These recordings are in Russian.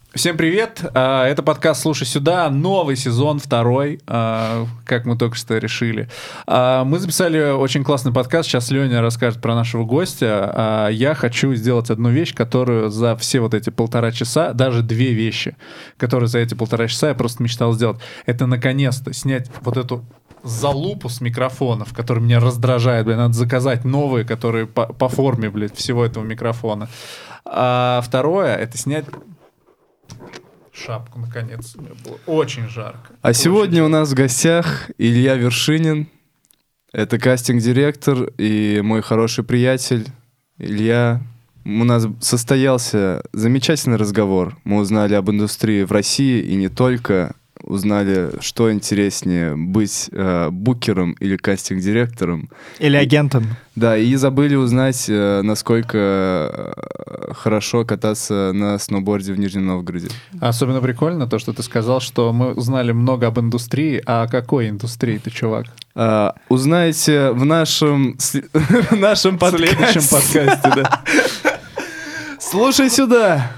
Всем привет! Это подкаст «Слушай сюда», новый сезон, второй, как мы только что решили. Мы записали очень классный подкаст, сейчас Леня расскажет про нашего гостя. Я хочу сделать одну вещь, которую за все вот эти 1,5 часа, даже 2 вещи, которые за эти 1,5 часа я просто мечтал сделать. Это наконец-то снять вот эту залупу с микрофонов, который меня раздражает, надо заказать новые, которые по форме, всего этого микрофона. А второе — это снять шапку, наконец. Мне было очень жарко. А сегодня у нас в гостях Илья Вершинин. Это кастинг-директор и мой хороший приятель. Илья, у нас состоялся замечательный разговор. Мы узнали об индустрии в России и не только. Узнали, что интереснее, быть букером или кастинг-директором. Или агентом. Да, и забыли узнать, насколько хорошо кататься на сноуборде в Нижнем Новгороде. Особенно прикольно то, что ты сказал, что мы узнали много об индустрии. А о какой индустрии ты, чувак? Узнаете в нашем следующем подкасте, да. Слушай сюда!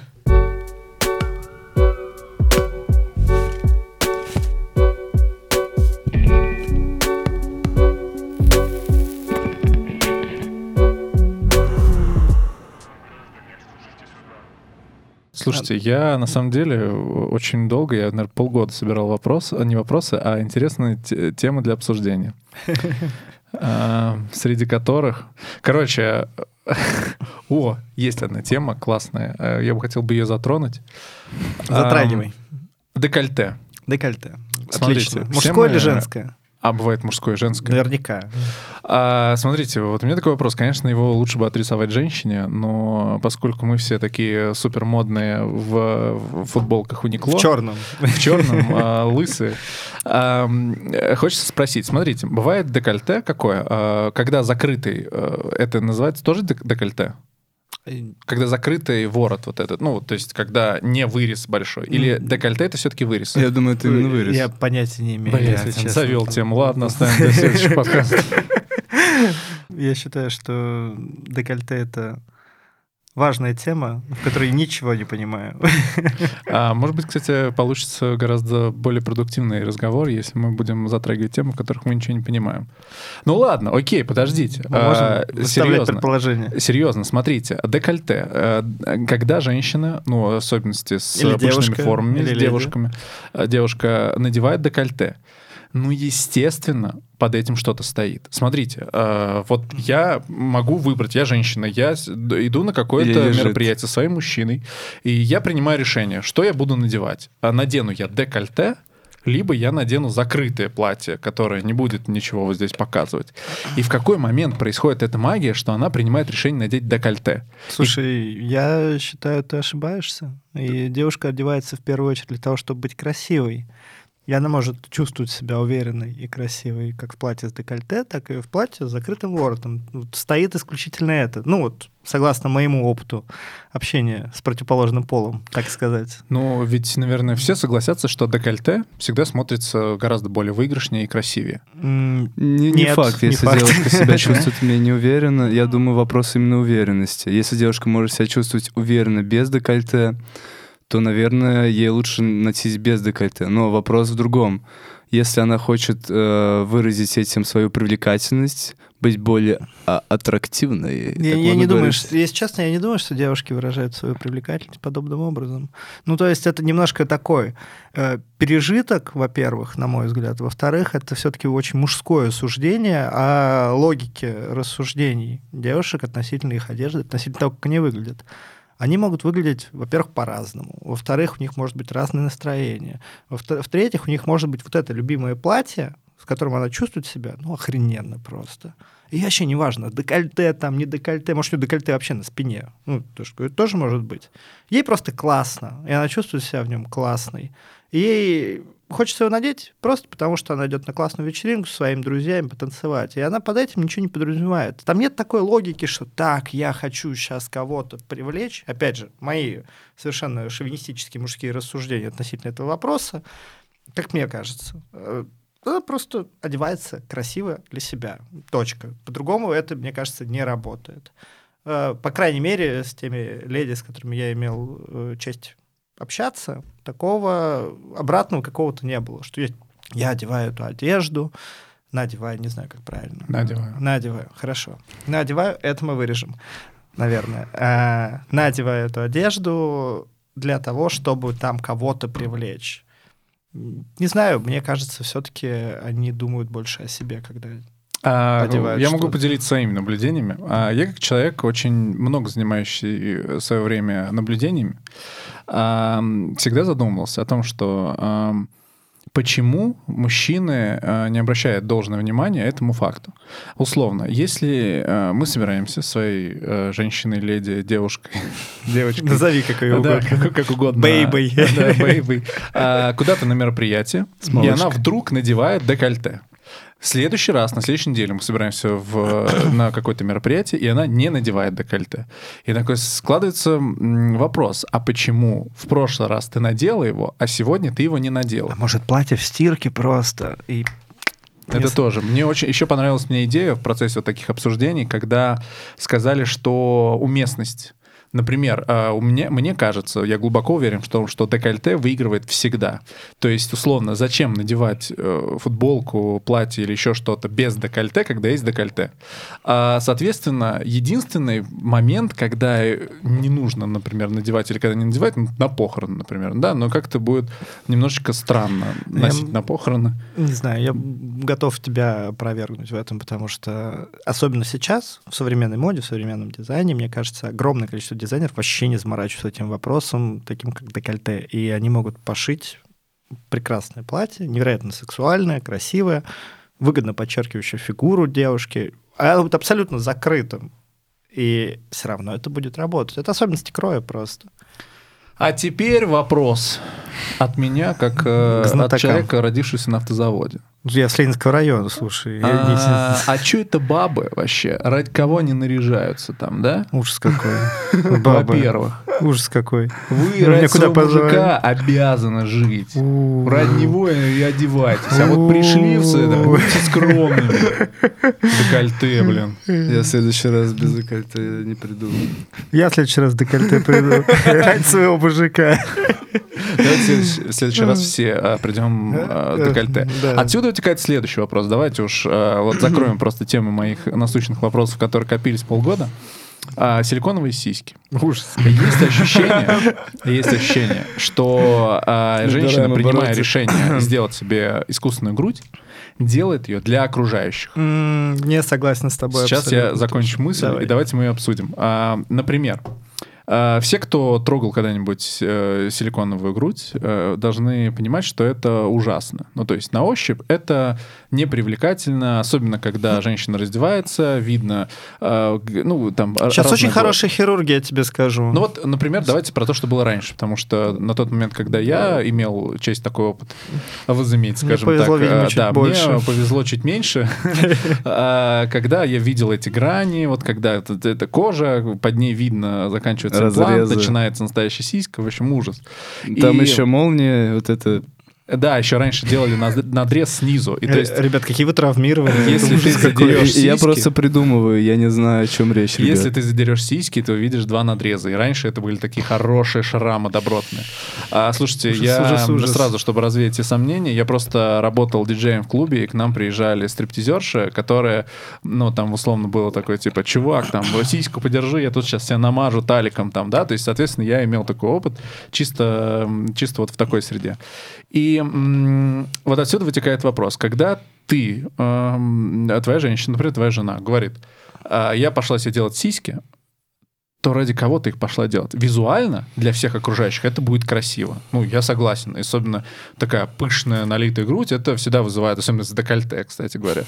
Слушайте, я на самом деле очень долго, я, наверное, полгода собирал не вопросы, а интересные темы для обсуждения. Среди которых... Короче, есть одна тема классная. Я бы хотел ее затронуть. Затрагивай. Декольте. Декольте. Смотрите, отлично. Мужское или женское? А бывает мужское и женское? Наверняка. Смотрите, вот у меня такой вопрос. Конечно, его лучше бы адресовать женщине, но поскольку мы все такие супермодные в футболках Uniqlo... В черном. В черном, лысые. Хочется спросить. Смотрите, бывает декольте какое? Когда закрытый, это называется тоже декольте? Когда закрытый ворот вот этот, то есть когда не вырез большой. Или декольте — это все-таки вырез? Я думаю, это именно вырез. Я понятия не имею, если честно. Завел тему. Ладно, оставим для следующего подкаста. Я считаю, что декольте — это важная тема, в которой ничего не понимаю. Может быть, кстати, получится гораздо более продуктивный разговор, если мы будем затрагивать темы, в которых мы ничего не понимаем. Ну ладно, окей, подождите. Мы можем выставлять предположения. Серьезно, смотрите, декольте. Когда женщина, в особенности с пышными формами, с девушками, девушка надевает декольте, естественно, под этим что-то стоит. Смотрите, вот я могу выбрать, я женщина, я иду на какое-то мероприятие со своим мужчиной, и я принимаю решение, что я буду надевать. Надену я декольте, либо я надену закрытое платье, которое не будет ничего вот здесь показывать. И в какой момент происходит эта магия, что она принимает решение надеть декольте? Слушай, я считаю, ты ошибаешься. И девушка одевается в первую очередь для того, чтобы быть красивой. И она может чувствовать себя уверенной и красивой как в платье с декольте, так и в платье с закрытым воротом. Стоит исключительно это. Согласно моему опыту общения с противоположным полом, так сказать. Ведь, наверное, все согласятся, что декольте всегда смотрится гораздо более выигрышнее и красивее. Не факт, если девушка себя чувствует менее уверенно. Я думаю, вопрос именно уверенности. Если девушка может себя чувствовать уверенно без декольте, то, наверное, ей лучше носить без декольте. Но вопрос в другом. Если она хочет выразить этим свою привлекательность, быть более аттрактивной... Я не думаю, если честно, я не думаю, что девушки выражают свою привлекательность подобным образом. То есть это немножко такой пережиток, во-первых, на мой взгляд. Во-вторых, это все-таки очень мужское суждение о логике рассуждений девушек относительно их одежды, относительно того, как они выглядят. Они могут выглядеть, во-первых, по-разному. Во-вторых, у них может быть разное настроение. В-третьих, у них может быть вот это любимое платье, с которым она чувствует себя, охрененно просто. И вообще не важно, декольте там, не декольте, может, у нее декольте вообще на спине. Это тоже может быть. Ей просто классно, и она чувствует себя в нем классной. И ей хочется его надеть просто потому, что она идет на классную вечеринку со своими друзьями потанцевать. И она под этим ничего не подразумевает. Там нет такой логики, что так, я хочу сейчас кого-то привлечь. Опять же, мои совершенно шовинистические мужские рассуждения относительно этого вопроса, как мне кажется. Она просто одевается красиво для себя. Точка. По-другому это, мне кажется, не работает. По крайней мере, с теми леди, с которыми я имел честь общаться, такого обратного какого-то не было, что я одеваю эту одежду, надеваю, не знаю, как правильно. Надеваю, хорошо. Надеваю, это мы вырежем, наверное. Надеваю эту одежду для того, чтобы там кого-то привлечь. Не знаю, мне кажется, все-таки они думают больше о себе, когда одевают. Я могу поделиться своими наблюдениями. Я как человек, очень много занимающий свое время наблюдениями, всегда задумывался о том, что почему мужчины не обращают должного внимания этому факту. Условно, если мы собираемся со своей женщиной, леди, девушкой, девочкой... Назови как ее угодно. Да, как угодно. Бейбой. Да, бейбой. Куда-то на мероприятие, и она вдруг надевает декольте. В следующий раз, на следующей неделе мы собираемся на какое-то мероприятие, и она не надевает декольте. И такой складывается вопрос, а почему в прошлый раз ты надела его, а сегодня ты его не надела? А может, платье в стирке просто? Это тоже. Мне очень еще понравилась идея в процессе вот таких обсуждений, когда сказали, что уместность. Например, мне кажется, я глубоко уверен, что декольте выигрывает всегда. То есть, условно, зачем надевать футболку, платье или еще что-то без декольте, когда есть декольте? Соответственно, единственный момент, когда не нужно, например, надевать или когда не надевать, на похороны, например, да, но как-то будет немножечко странно носить на похороны. Не знаю, я готов тебя опровергнуть в этом, потому что особенно сейчас, в современной моде, в современном дизайне, мне кажется, огромное количество дизайнеров вообще не заморачиваются этим вопросом, таким как декольте. И они могут пошить прекрасное платье, невероятно сексуальное, красивое, выгодно подчеркивающее фигуру девушки, а оно будет абсолютно закрытым. И все равно это будет работать. Это особенности кроя просто. А теперь вопрос от меня, как от человека, родившегося на автозаводе. Я с Ленинского района, слушай. А что это бабы вообще? Ради кого они наряжаются там, да? Ужас какой. Во-первых. Ужас какой. Вы ради своего мужика обязаны жить. Ради него и одевайтесь. А вот пришли в это, будьте скромными. Декольте, блин. Я в следующий раз без декольте не приду. Я в следующий раз без приду. Ради своего мужика. Давайте в следующий раз все придем декольте. Отсюда вытекает следующий вопрос. Давайте уж вот закроем просто тему моих насущных вопросов, которые копились полгода. Силиконовые сиськи. Ужас. Есть ощущение, что женщина, принимая решение сделать себе искусственную грудь, делает ее для окружающих. Не согласен с тобой. Сейчас абсолютно. Я закончу мысль, и давайте мы ее обсудим. Например, все, кто трогал когда-нибудь силиконовую грудь, должны понимать, что это ужасно. Ну, то есть на ощупь это непривлекательно, особенно когда женщина раздевается, видно... там сейчас очень хорошая хирургия, я тебе скажу. Ну вот, например, давайте про то, что было раньше, потому что на тот момент, когда я имел честь такой опыт возыметь, скажем так... Мне повезло чуть меньше. Когда я видел эти грани, вот когда эта кожа, под ней видно, заканчивается имплант, начинается настоящая сиська, в общем, ужас. Там еще молния, вот это... Да, еще раньше делали надрез снизу. И, то есть, ребят, какие вы травмированные. Если ты задерешь сиськи... Я просто придумываю, я не знаю, о чем речь. Если ты задерешь сиськи, то увидишь два надреза. И раньше это были такие хорошие шрамы добротные. Слушайте, ужас. Сразу, чтобы развеять эти сомнения, я просто работал диджеем в клубе, и к нам приезжали стриптизерши, которые, там условно было такое, типа, чувак, там, сиську подержи, я тут сейчас себя намажу таликом, там, да, то есть, соответственно, я имел такой опыт чисто вот в такой среде. И вот отсюда вытекает вопрос. Когда ты, твоя женщина, например, твоя жена, говорит, я пошла себе делать сиськи, то ради кого ты их пошла делать? Визуально для всех окружающих это будет красиво. Я согласен. Особенно такая пышная налитая грудь, это всегда вызывает, особенно с декольте, кстати говоря.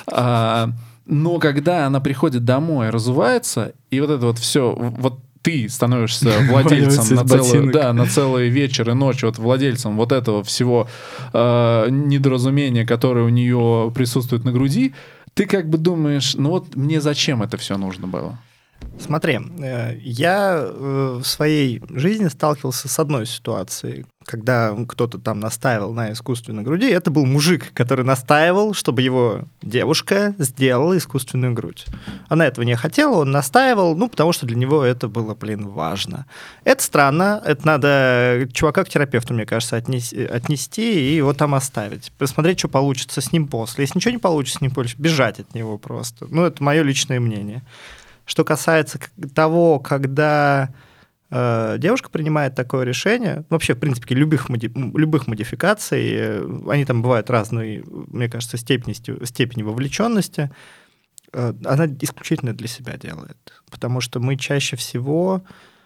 Но когда она приходит домой, разувается, и вот это вот все... ты становишься владельцем на целый вечер и ночь, владельцем вот этого всего недоразумения, которое у нее присутствует на груди, ты как бы думаешь, мне зачем это все нужно было? Смотри, я в своей жизни сталкивался с одной ситуацией, когда кто-то там настаивал на искусственной груди. Это был мужик, который настаивал, чтобы его девушка сделала искусственную грудь. Она этого не хотела, он настаивал, потому что для него это было, важно. Это странно, это надо чувака к терапевту, мне кажется, отнести и его там оставить. Посмотреть, что получится с ним после. Если ничего не получится с ним после, бежать от него просто. Это мое личное мнение. Что касается того, когда девушка принимает такое решение, вообще, в принципе, любых модификаций, они там бывают разные, мне кажется, степени вовлеченности, она исключительно для себя делает. Потому что мы чаще всего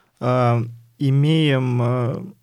имеем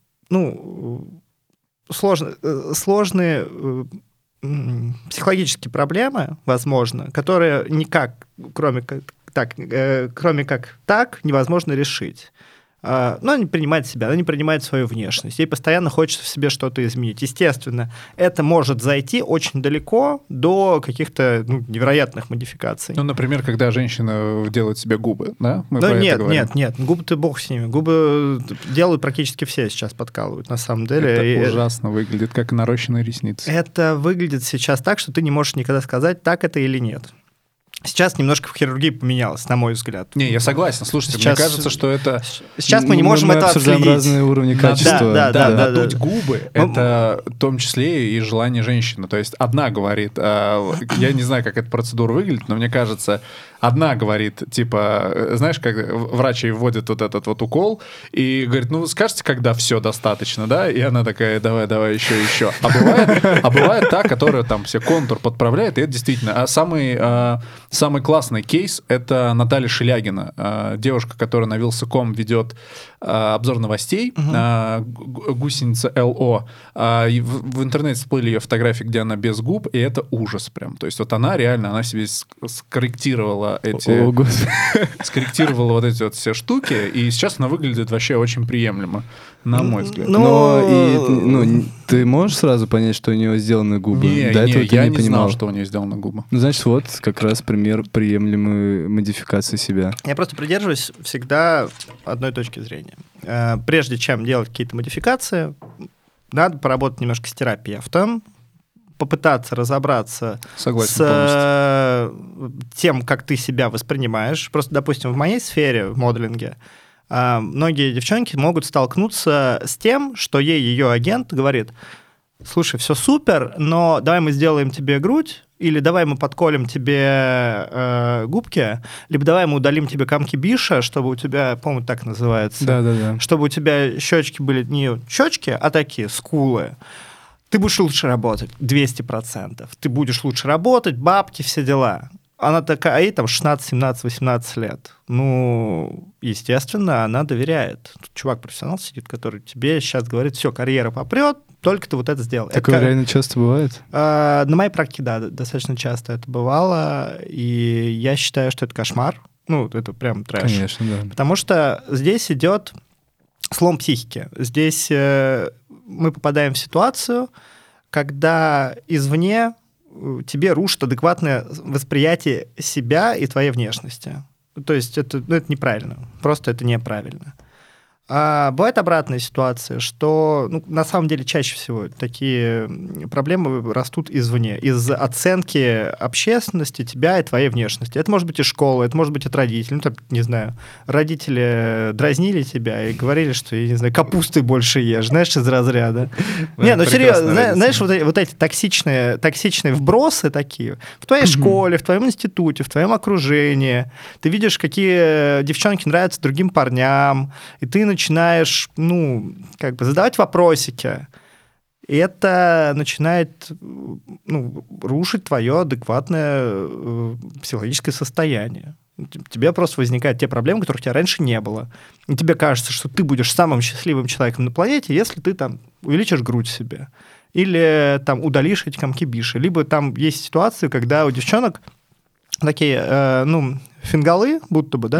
сложные психологические проблемы, возможно, которые никак, кроме как так, невозможно решить. Но она не принимает себя, она не принимает свою внешность. Ей постоянно хочется в себе что-то изменить. Естественно, это может зайти очень далеко до каких-то невероятных модификаций. Например, когда женщина делает себе губы, да? Нет, губы-то бог с ними. Губы делают практически все сейчас, подкалывают, на самом деле. Это ужасно выглядит, как нарощенные ресницы. Это выглядит сейчас так, что ты не можешь никогда сказать, так это или нет. Сейчас немножко в хирургии поменялось, на мой взгляд. Не, я согласен. Слушайте, мне кажется, что это... Сейчас мы не можем это отследить. Разные уровни качества. Надуть губы — это в том числе и желание женщины. То есть одна говорит... Я не знаю, как эта процедура выглядит, но мне кажется, одна говорит, знаешь, как врач ей вводит вот этот вот укол и говорит, скажите, когда все достаточно, да? И она такая, давай, еще. А бывает та, которая там все контур подправляет, и это действительно... Самый классный кейс — это Наталья Шелягина, девушка, которая на Вилсаком ведет обзор новостей, гусеница ЛО. В интернете всплыли ее фотографии, где она без губ, и это ужас прям. То есть вот она себе скорректировала скорректировала вот эти вот все штуки, и сейчас она выглядит вообще очень приемлемо, на мой взгляд. Ты можешь сразу понять, что у нее сделаны губы? Я не знал, что у нее сделаны губы. Значит, вот как раз пример приемлемой модификации себя. Я просто придерживаюсь всегда одной точки зрения. Прежде чем делать какие-то модификации, надо поработать немножко с терапевтом, попытаться разобраться с тем, как ты себя воспринимаешь. Просто, допустим, в моей сфере, в моделинге, многие девчонки могут столкнуться с тем, что ей ее агент говорит: слушай, все супер, но давай мы сделаем тебе грудь, или давай мы подколем тебе губки, либо давай мы удалим тебе комки биша, чтобы у тебя, по-моему, так называется, чтобы у тебя щечки были не щечки, а такие скулы. Ты будешь лучше работать, 200%. Ты будешь лучше работать, бабки, все дела. Она такая, а ей там 16, 17, 18 лет. Естественно, она доверяет. Тут чувак профессионал сидит, который тебе сейчас говорит: все, карьера попрет, только ты вот это сделал. Такое реально часто бывает? На моей практике, да, достаточно часто это бывало, и я считаю, что это кошмар. Это прям трэш. Конечно, да. Потому что здесь идет слом психики. Здесь мы попадаем в ситуацию, когда извне тебе рушит адекватное восприятие себя и твоей внешности. То есть это неправильно. Просто это неправильно. А бывает обратная ситуация, что на самом деле чаще всего такие проблемы растут извне, из оценки общественности тебя и твоей внешности. Это может быть и школа, это может быть от родителей. Не знаю, родители дразнили тебя и говорили, что, я не знаю, капусты больше ешь, знаешь, из разряда. Серьезно, знаешь, вот эти токсичные вбросы такие в твоей школе, в твоем институте, в твоем окружении. Ты видишь, какие девчонки нравятся другим парням, и ты начинаешь, задавать вопросики. И это начинает рушить твое адекватное психологическое состояние. Тебе просто возникают те проблемы, которых у тебя раньше не было. И тебе кажется, что ты будешь самым счастливым человеком на планете, если ты там увеличишь грудь себе. Или там удалишь эти комки биши. Либо там есть ситуации, когда у девчонок такие, фингалы, будто бы,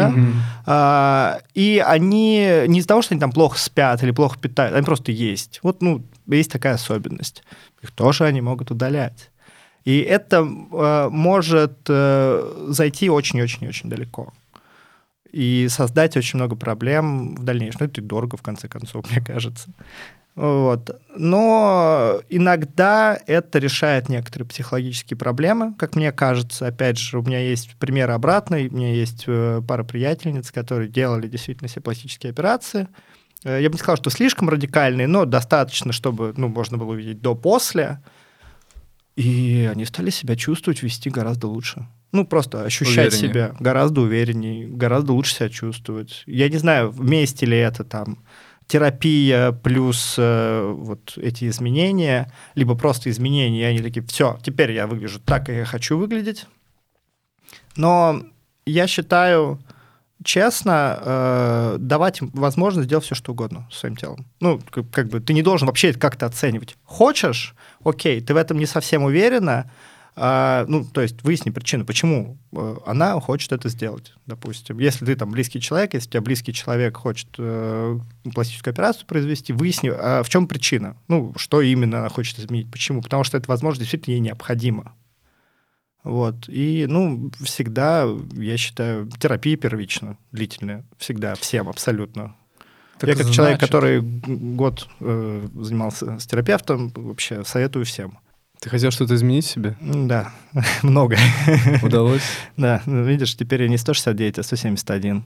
да, и они не из-за того, что они там плохо спят или плохо питают, они просто есть. Есть такая особенность. Их тоже они могут удалять. И это может зайти очень-очень-очень далеко. и создать очень много проблем в дальнейшем. Ну, это и дорого, в конце концов, мне кажется. Вот. Но иногда это решает некоторые психологические проблемы, как мне кажется. Опять же, у меня есть пример обратный. У меня есть пара приятельниц, которые делали действительно все пластические операции. Я бы не сказал, что слишком радикальные, но достаточно, чтобы можно было увидеть до-после. И они стали себя чувствовать, вести гораздо лучше. Просто ощущать себя гораздо увереннее, гораздо лучше себя чувствовать. Я не знаю, вместе ли это там терапия плюс вот эти изменения, либо просто изменения, и они такие, все, теперь я выгляжу так, как я хочу выглядеть. Но я считаю, честно, давать им возможность делать все, что угодно с своим телом. Как бы ты не должен вообще это как-то оценивать. Хочешь? Окей, ты в этом не совсем уверена, то есть выясни причину, почему она хочет это сделать, допустим. Если ты там близкий человек, если у тебя близкий человек хочет пластическую операцию произвести, выясни, в чем причина, что именно она хочет изменить, почему, потому что это, возможно, действительно ей необходимо. Вот. И, всегда, я считаю, терапия первична, длительная, всегда, всем абсолютно. Так я как человек, который год занимался с терапевтом, вообще советую всем. Ты хотел что-то изменить в себе? Да, много. Удалось? Да, видишь, теперь я не 169, а 171.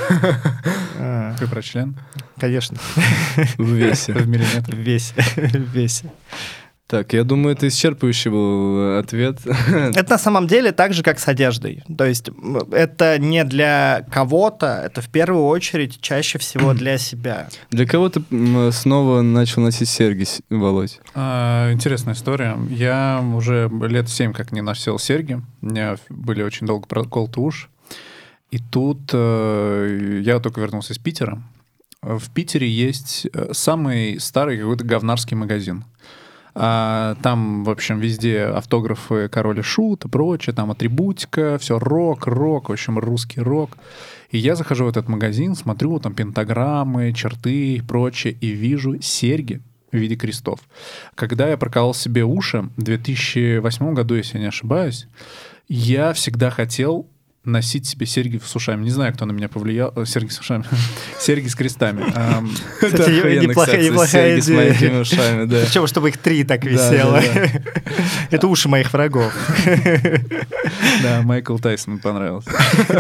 Ты про член? Конечно. В весе. В миллиметр. В весе. Так, я думаю, это исчерпывающий был ответ. Это на самом деле так же, как с одеждой. То есть это не для кого-то, это в первую очередь чаще всего для себя. Для кого ты снова начал носить серьги, Володь? Интересная история. Я уже лет 7 как не носил серьги. У меня были очень долго проколоты уши. И тут я только вернулся из Питера. В Питере есть самый старый какой-то говнарский магазин. Там, в общем, везде автографы Король и Шут и прочее, там атрибутика, все рок, в общем, русский рок. И я захожу в этот магазин, смотрю, там пентаграммы, черты и прочее, и вижу серьги в виде крестов. Когда я проколол себе уши в 2008 году, если я не ошибаюсь, я всегда хотел носить себе серьги с ушами. Не знаю, кто на меня повлиял. Серьги с ушами. Серьги с крестами. Кстати, неплохая серьги с маленькими ушами, да. Причем, чтобы их 3 так висело. Это уши моих врагов. Да, Майкл Тайсон понравился.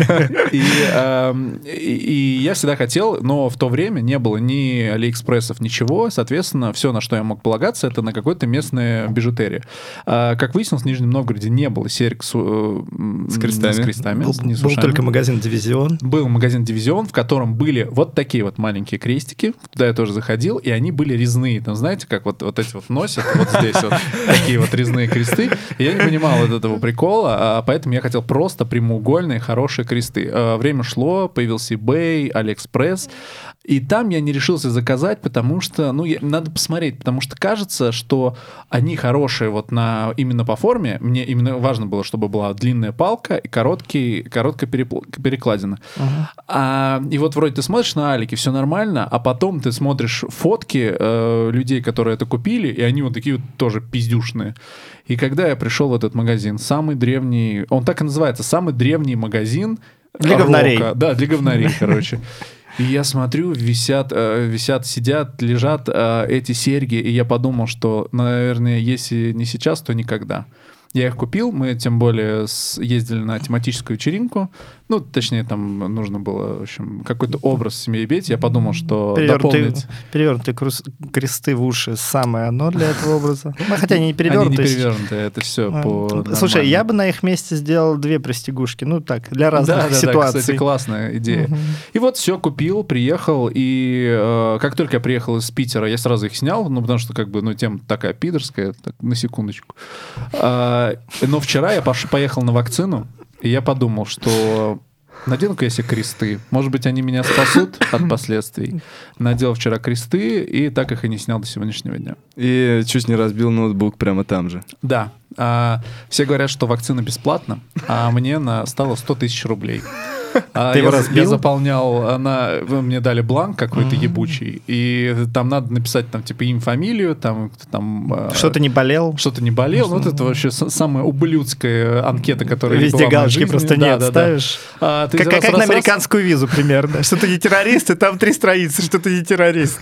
И я всегда хотел, но в то время не было ни Алиэкспрессов, ничего. Соответственно, все, на что я мог полагаться, это на какой-то местной бижутерии. Как выяснилось, в Нижнем Новгороде не было серьг с крестами. Был только магазин «Дивизион». Был магазин «Дивизион», в котором были вот такие вот маленькие крестики. Туда я тоже заходил, и они были резные. Там, знаете, как вот эти вот носят, вот здесь вот такие вот резные кресты. И я не понимал вот этого прикола, поэтому я хотел просто прямоугольные, хорошие кресты. Время шло, появился eBay, AliExpress, и там я не решился заказать, потому что, надо посмотреть, потому что кажется, что они хорошие вот именно по форме. Мне именно важно было, чтобы была длинная палка и короткая перекладина. И вот вроде ты смотришь на Алике, все нормально, а потом ты смотришь фотки людей, которые это купили, и они вот такие вот тоже пиздюшные. И когда я пришел в этот магазин, самый древний, он так и называется, самый древний магазин для говнарей. Да, для говнарей, короче. И я смотрю, сидят, лежат эти серьги, и я подумал, что, наверное, если не сейчас, то никогда. Я их купил, мы тем более ездили на тематическую вечеринку. Точнее, там нужно было, в общем, какой-то образ в семье иметь. Я подумал, что дополнить... Перевернутые кресты в уши — самое оно для этого образа. Хотя они не перевернутые. Они не перевернутые, это все по... Слушай, я бы на их месте сделал 2 пристегушки. Так, для разных ситуаций. Да, кстати, классная идея. И вот все, купил, приехал, и как только я приехал из Питера, я сразу их снял, потому что, тема такая пидорская, так, на секундочку. Но вчера я поехал на вакцину, и я подумал, что надену-ка я себе кресты. Может быть, они меня спасут от последствий. Надел вчера кресты, и так их и не снял до сегодняшнего дня. И чуть не разбил ноутбук прямо там же. Да. Все говорят, что вакцина бесплатна, а мне стало 100 000 рублей. Ты его разбил? Я заполнял, мне дали бланк какой-то ебучий, и там надо написать там типа имя, фамилию, там что-то не болел. Что-то не болел. Вот это вообще самая ублюдская анкета, которая везде галочки просто не ставишь. Как на американскую визу примерно. Что ты не террорист, и там 3 страницы, что ты не террорист.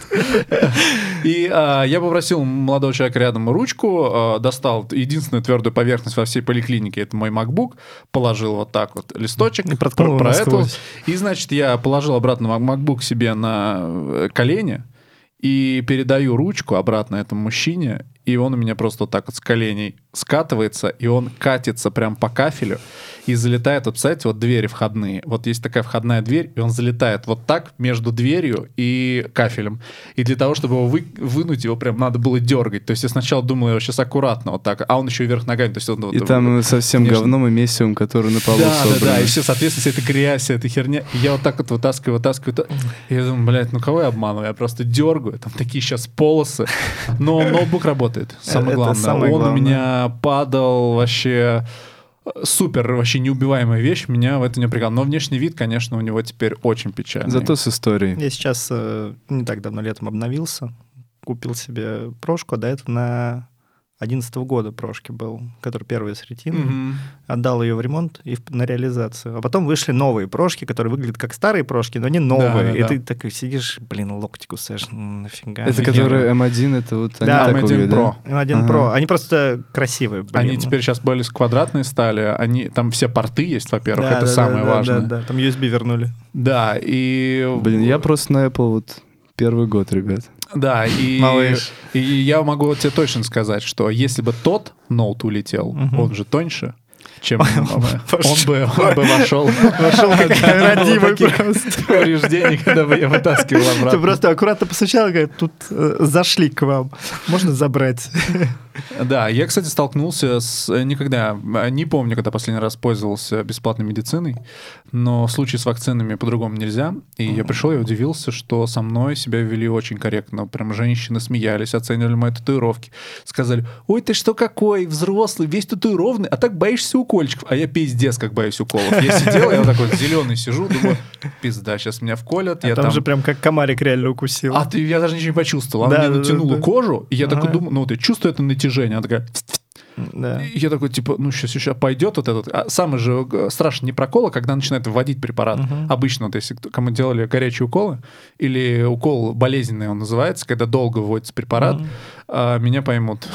И я попросил молодого человека рядом ручку, достал единственную твердую поверхность во всей поликлинике, это мой MacBook, положил вот так вот листочек про это. И, значит, я положил обратно MacBook себе на колени и передаю ручку обратно этому мужчине, и он у меня просто вот так вот с коленей скатывается, и он катится прям по кафелю и залетает, вот, представляете, вот двери входные. Вот есть такая входная дверь, и он залетает вот так между дверью и кафелем. И для того, чтобы его вынуть, его прям надо было дергать. То есть я сначала думал, его сейчас аккуратно вот так, а он еще и вверх ногами. То есть он, и там совсем говном и месивом, который на полу собран. Да, и все, соответственно, вся эта грязь, вся эта херня. И я вот так вот вытаскиваю. И я думаю, блядь, ну кого я обманываю? Я просто дергаю, там такие сейчас полосы. Но ноутбук работает. Самое главное. Он у меня падал вообще... Супер, вообще неубиваемая вещь, меня в это не напрягало. Но внешний вид, конечно, у него теперь очень печальный. Зато с историей. Я сейчас не так давно летом обновился, купил себе прошку, а до этого на 2011 года прошки был, который первый с ретиной. Отдал ее в ремонт и на реализацию. А потом вышли новые прошки, которые выглядят как старые прошки, но они новые. И ты такой сидишь, блин, локти кусаешь, нафига. Это которые M1, это вот они так M1 Pro. M1 Pro. Они просто красивые, блин. Они теперь сейчас более квадратные стали, там все порты есть, во-первых, это самое важное. Да, там USB вернули. Да, и... Блин, я просто на Apple вот первый год, ребят. Да, и я могу тебе точно сказать, что если бы тот ноут улетел, он же тоньше, чем он бы вошел. Вошел как родимый просто. Повреждений, когда бы я вытаскивал обратно. Ты просто аккуратно постучал, говорит, тут зашли к вам, можно забрать? Да, я, кстати, столкнулся никогда, не помню, когда последний раз пользовался бесплатной медициной, но в случае с вакцинами по-другому нельзя. И я пришел и удивился, что со мной себя вели очень корректно. Прям женщины смеялись, оценивали мои татуировки. Сказали, ой, ты что какой, взрослый, весь татуированный, а так боишься укольчиков. А я пиздец как боюсь уколов. Я сидел, я вот такой зеленый сижу, думаю, пизда, сейчас меня вколят. Там же прям как комарик реально укусил. Я даже ничего не почувствовал. Она мне натянула кожу, и я такой думаю, ну ты чувствуешь это натяжение? Она такая... Да. И я такой, типа, ну сейчас пойдет вот этот. А самое же страшное не прокол, а когда начинает вводить препарат. Обычно, вот если кому делали горячие уколы, или укол болезненный он называется, когда долго вводится препарат, меня поймут.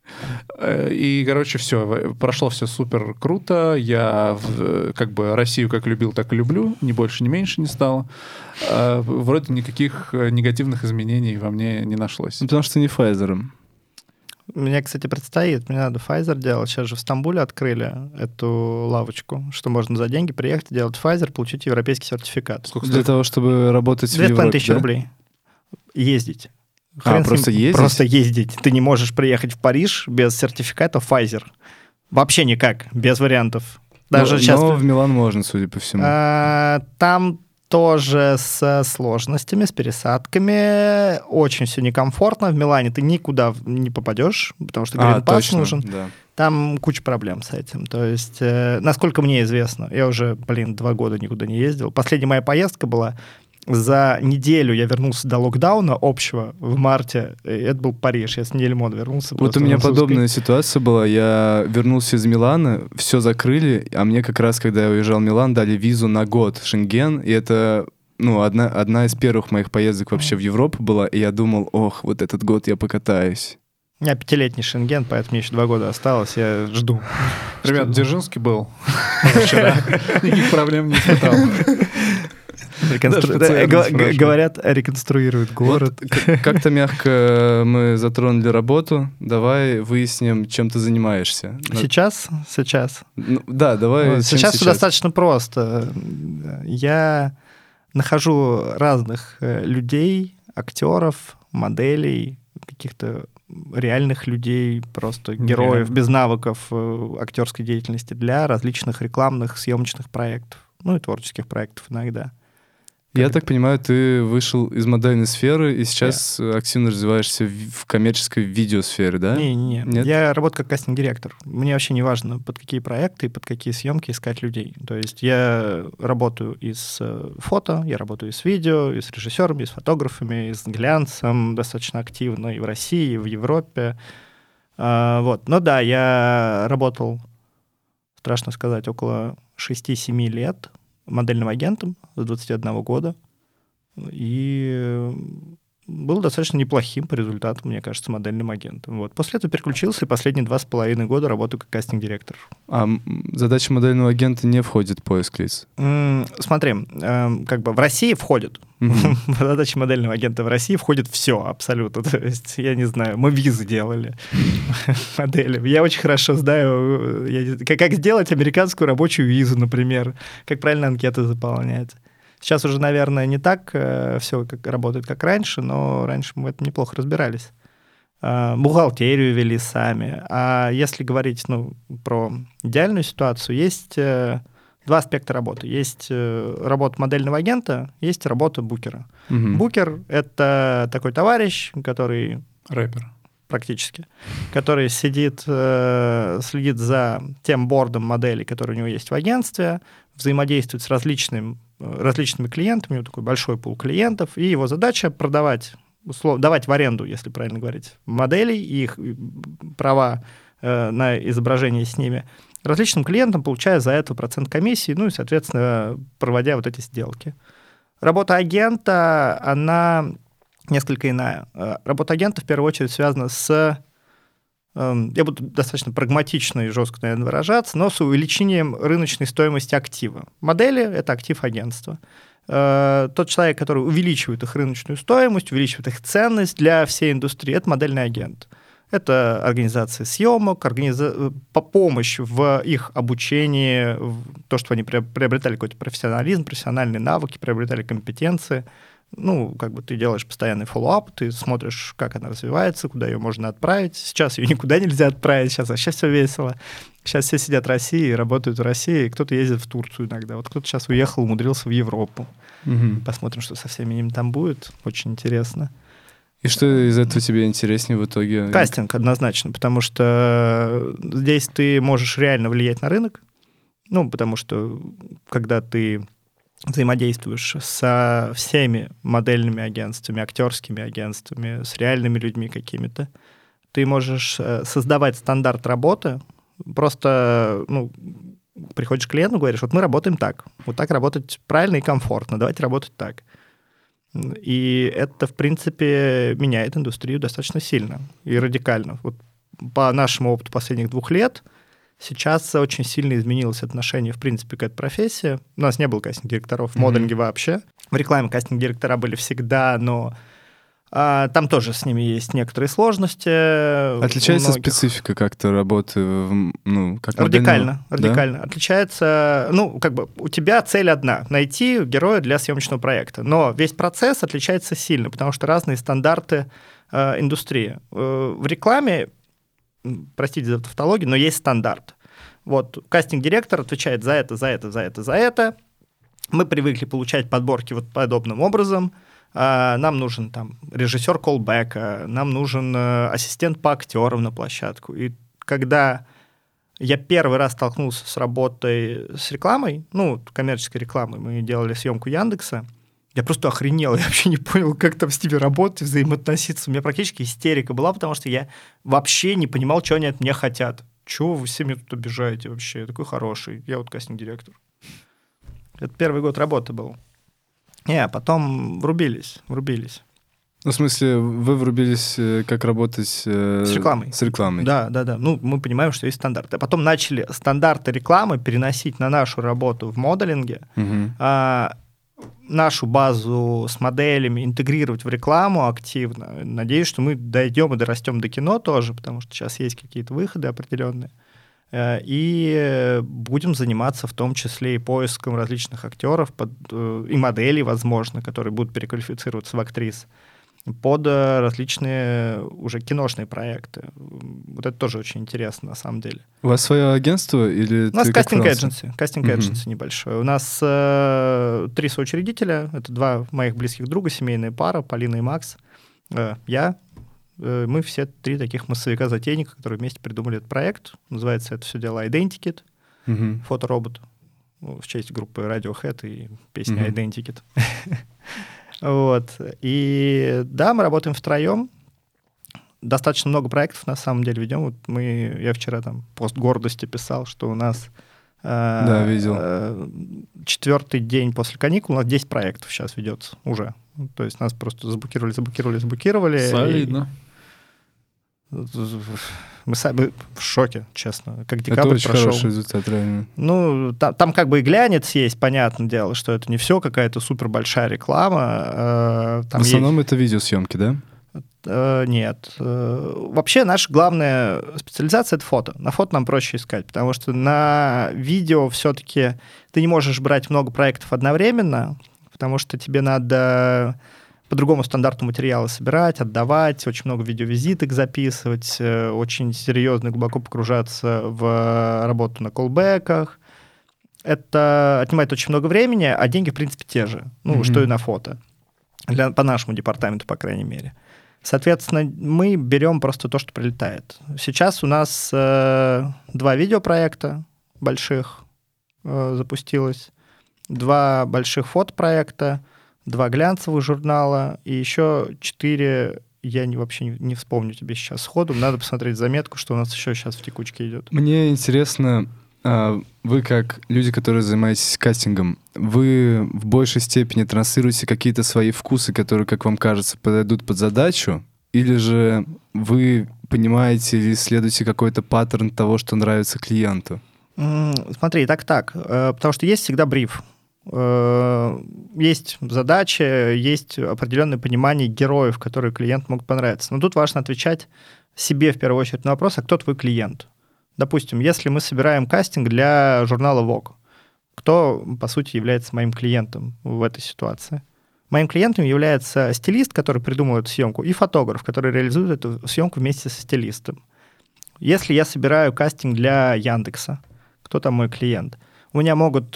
И, короче, все, прошло все супер круто. Я как бы Россию как любил, так и люблю. Ни больше, ни меньше не стало. Вроде никаких негативных изменений во мне не нашлось. Ну, потому что не Pfizer. Мне, кстати, предстоит, мне надо Pfizer делать. Сейчас же в Стамбуле открыли эту лавочку, что можно за деньги приехать, делать Pfizer, получить европейский сертификат. Сколько для того, чтобы работать в Европе, 2500 рублей. Ездить. Просто ездить? Просто ездить. Ты не можешь приехать в Париж без сертификата Pfizer. Вообще никак, без вариантов. Даже сейчас... Но в Милан можно, судя по всему. Там тоже с сложностями, с пересадками. Очень все некомфортно. В Милане ты никуда не попадешь, потому что Green Pass нужен. Да. Там куча проблем с этим. То есть, насколько мне известно, я уже, 2 года никуда не ездил. Последняя моя поездка была за неделю. Я вернулся до локдауна общего в марте. И это был Париж. Я с недели моды вернулся. Вот у меня подобная ситуация была. Я вернулся из Милана, все закрыли, а мне как раз, когда я уезжал в Милан, дали визу на год Шенген, и это одна из первых моих поездок вообще в Европу была, и я думал, вот этот год я покатаюсь. У меня 5-летний Шенген, поэтому мне еще 2 года осталось, я жду. Ребят, Дзержинский был вчера. Никаких проблем не испытал. Говорят, реконструируют город. Вот, как-то мягко мы затронули работу. Давай выясним, чем ты занимаешься. Сейчас? Да, давай. Сейчас все достаточно просто. Я нахожу разных людей, актеров, моделей, каких-то реальных людей, просто героев без навыков актерской деятельности для различных рекламных, съемочных проектов, и творческих проектов иногда. Я так понимаю, ты вышел из модельной сферы и сейчас активно развиваешься в коммерческой видеосфере, да? Не. Я работаю как кастинг-директор. Мне вообще не важно, под какие проекты и под какие съемки искать людей. То есть я работаю и с фото, я работаю и с видео, и с режиссерами, и с фотографами, и с глянцем достаточно активно и в России, и в Европе. Вот. Но да, я работал, страшно сказать, около 6-7 лет модельным агентом с 21 года. И был достаточно неплохим по результатам, мне кажется, модельным агентом. Вот. После этого переключился, и последние 2,5 года работаю как кастинг-директор. А задача модельного агента не входит в поиск лиц? Смотри, как бы в России входит. В задачи модельного агента в России входит все абсолютно. То есть, я не знаю, мы визы делали моделям. Я очень хорошо знаю, как сделать американскую рабочую визу, например, как правильно анкеты заполнять. Сейчас уже, наверное, не так все работает, как раньше, но раньше мы в этом неплохо разбирались. Бухгалтерию вели сами. А если говорить про идеальную ситуацию, есть два аспекта работы. Есть работа модельного агента, есть работа букера. Букер — это такой товарищ, который... Рэпер. Практически. Который сидит, следит за тем бордом моделей, который у него есть в агентстве, взаимодействует с различными клиентами, у него такой большой пул клиентов, и его задача давать в аренду, если правильно говорить, моделей и их права на изображение с ними различным клиентам, получая за это процент комиссии, и, соответственно, проводя вот эти сделки. Работа агента, она несколько иная. Работа агента, в первую очередь, связана с... Я буду достаточно прагматично и жестко, наверное, выражаться, но с увеличением рыночной стоимости актива. Модели — это актив агентства. Тот человек, который увеличивает их рыночную стоимость, увеличивает их ценность для всей индустрии, это модельный агент. Это организация съемок, помощь в их обучении, то, что они приобретали какой-то профессионализм, профессиональные навыки, приобретали компетенции. Ты делаешь постоянный фоллоуап, ты смотришь, как она развивается, куда ее можно отправить. Сейчас ее никуда нельзя отправить, сейчас вообще все весело. Сейчас все сидят в России, работают в России, кто-то ездит в Турцию иногда. Вот кто-то сейчас уехал, умудрился в Европу. Посмотрим, что со всеми ними там будет. Очень интересно. И что из этого тебе интереснее в итоге? Кастинг однозначно, потому что здесь ты можешь реально влиять на рынок. Потому что когда ты взаимодействуешь со всеми модельными агентствами, актерскими агентствами, с реальными людьми какими-то, ты можешь создавать стандарт работы. Просто приходишь к клиенту, говоришь, вот мы работаем так, вот так работать правильно и комфортно, давайте работать так. И это, в принципе, меняет индустрию достаточно сильно и радикально. Вот по нашему опыту последних 2 лет сейчас очень сильно изменилось отношение, в принципе, к этой профессии. У нас не было кастинг-директоров в моделинге вообще. В рекламе кастинг-директора были всегда, но там тоже с ними есть некоторые сложности. Отличается специфика как-то работы, как радикально, радикально. Да? Отличается, у тебя цель одна — найти героя для съемочного проекта, но весь процесс отличается сильно, потому что разные стандарты индустрии. В рекламе, простите за тавтологию, но есть стандарт. Вот кастинг-директор отвечает за это, за это, за это, за это. Мы привыкли получать подборки вот подобным образом. Нам нужен режиссер колбека, нам нужен ассистент по актерам на площадку. И когда я первый раз столкнулся с работой с рекламой, коммерческой рекламой, мы делали съемку Яндекса, я просто охренел, я вообще не понял, как там с ними работать, взаимоотноситься. У меня практически истерика была, потому что я вообще не понимал, что они от меня хотят. Чего вы все меня тут обижаете вообще? Я такой хороший, я вот кастинг-директор. Это первый год работы был. Потом врубились. В смысле, вы врубились, как работать с рекламой? С рекламой. Да. Мы понимаем, что есть стандарты. А потом начали стандарты рекламы переносить на нашу работу в моделинге, нашу базу с моделями интегрировать в рекламу активно. Надеюсь, что мы дойдем и дорастем до кино тоже, потому что сейчас есть какие-то выходы определенные. И будем заниматься в том числе и поиском различных актеров и моделей, возможно, которые будут переквалифицироваться в актрис. под различные уже киношные проекты. Вот это тоже очень интересно, на самом деле. У вас свое агентство или... У нас кастинг-эдженси. Кастинг-эдженси небольшое. У нас 3 соучредителя. Это 2 моих близких друга, семейная пара, Полина и Макс. Я. Мы все 3 таких массовика-затейника, которые вместе придумали этот проект. Называется это все дело Identikit. Фоторобот. В честь группы Radiohead и песни Identikit. Вот. И да, мы работаем втроем. Достаточно много проектов на самом деле ведем. Вот я вчера там пост гордости писал, что у нас да, видел. 4-й день после каникул, у нас 10 проектов сейчас ведется уже. То есть нас просто заблокировали. Солидно. Мы сами в шоке, честно. Как декабрь это очень прошел. Хороший результат, реально. Ну, там как бы и глянец есть, понятное дело, что это не все какая-то супер большая реклама. В основном это видеосъемки, да? Нет. Вообще наша главная специализация — это фото. На фото нам проще искать, потому что на видео все-таки ты не можешь брать много проектов одновременно, потому что тебе надо по другому стандарту материалы собирать, отдавать, очень много видеовизиток записывать, очень серьезно и глубоко погружаться в работу на колбеках. Это отнимает очень много времени, а деньги, в принципе, те же, что и на фото. По нашему департаменту, по крайней мере. Соответственно, мы берем просто то, что прилетает. Сейчас у нас 2 видеопроекта больших запустилось, 2 больших фотопроекта, 2 глянцевых журнала и еще 4, я вообще не вспомню тебе сейчас сходу, надо посмотреть заметку, что у нас еще сейчас в текучке идет. Мне интересно, вы как люди, которые занимаетесь кастингом, вы в большей степени транслируете какие-то свои вкусы, которые, как вам кажется, подойдут под задачу, или же вы понимаете или исследуете какой-то паттерн того, что нравится клиенту? Смотри, так, потому что есть всегда бриф. Есть задача, есть определенное понимание героев, которые клиенту могут понравиться. Но тут важно отвечать себе в первую очередь на вопрос, а кто твой клиент? Допустим, если мы собираем кастинг для журнала Vogue, кто, по сути, является моим клиентом в этой ситуации? Моим клиентом является стилист, который придумал эту съемку, и фотограф, который реализует эту съемку вместе со стилистом. Если я собираю кастинг для Яндекса, кто там мой клиент? У меня могут,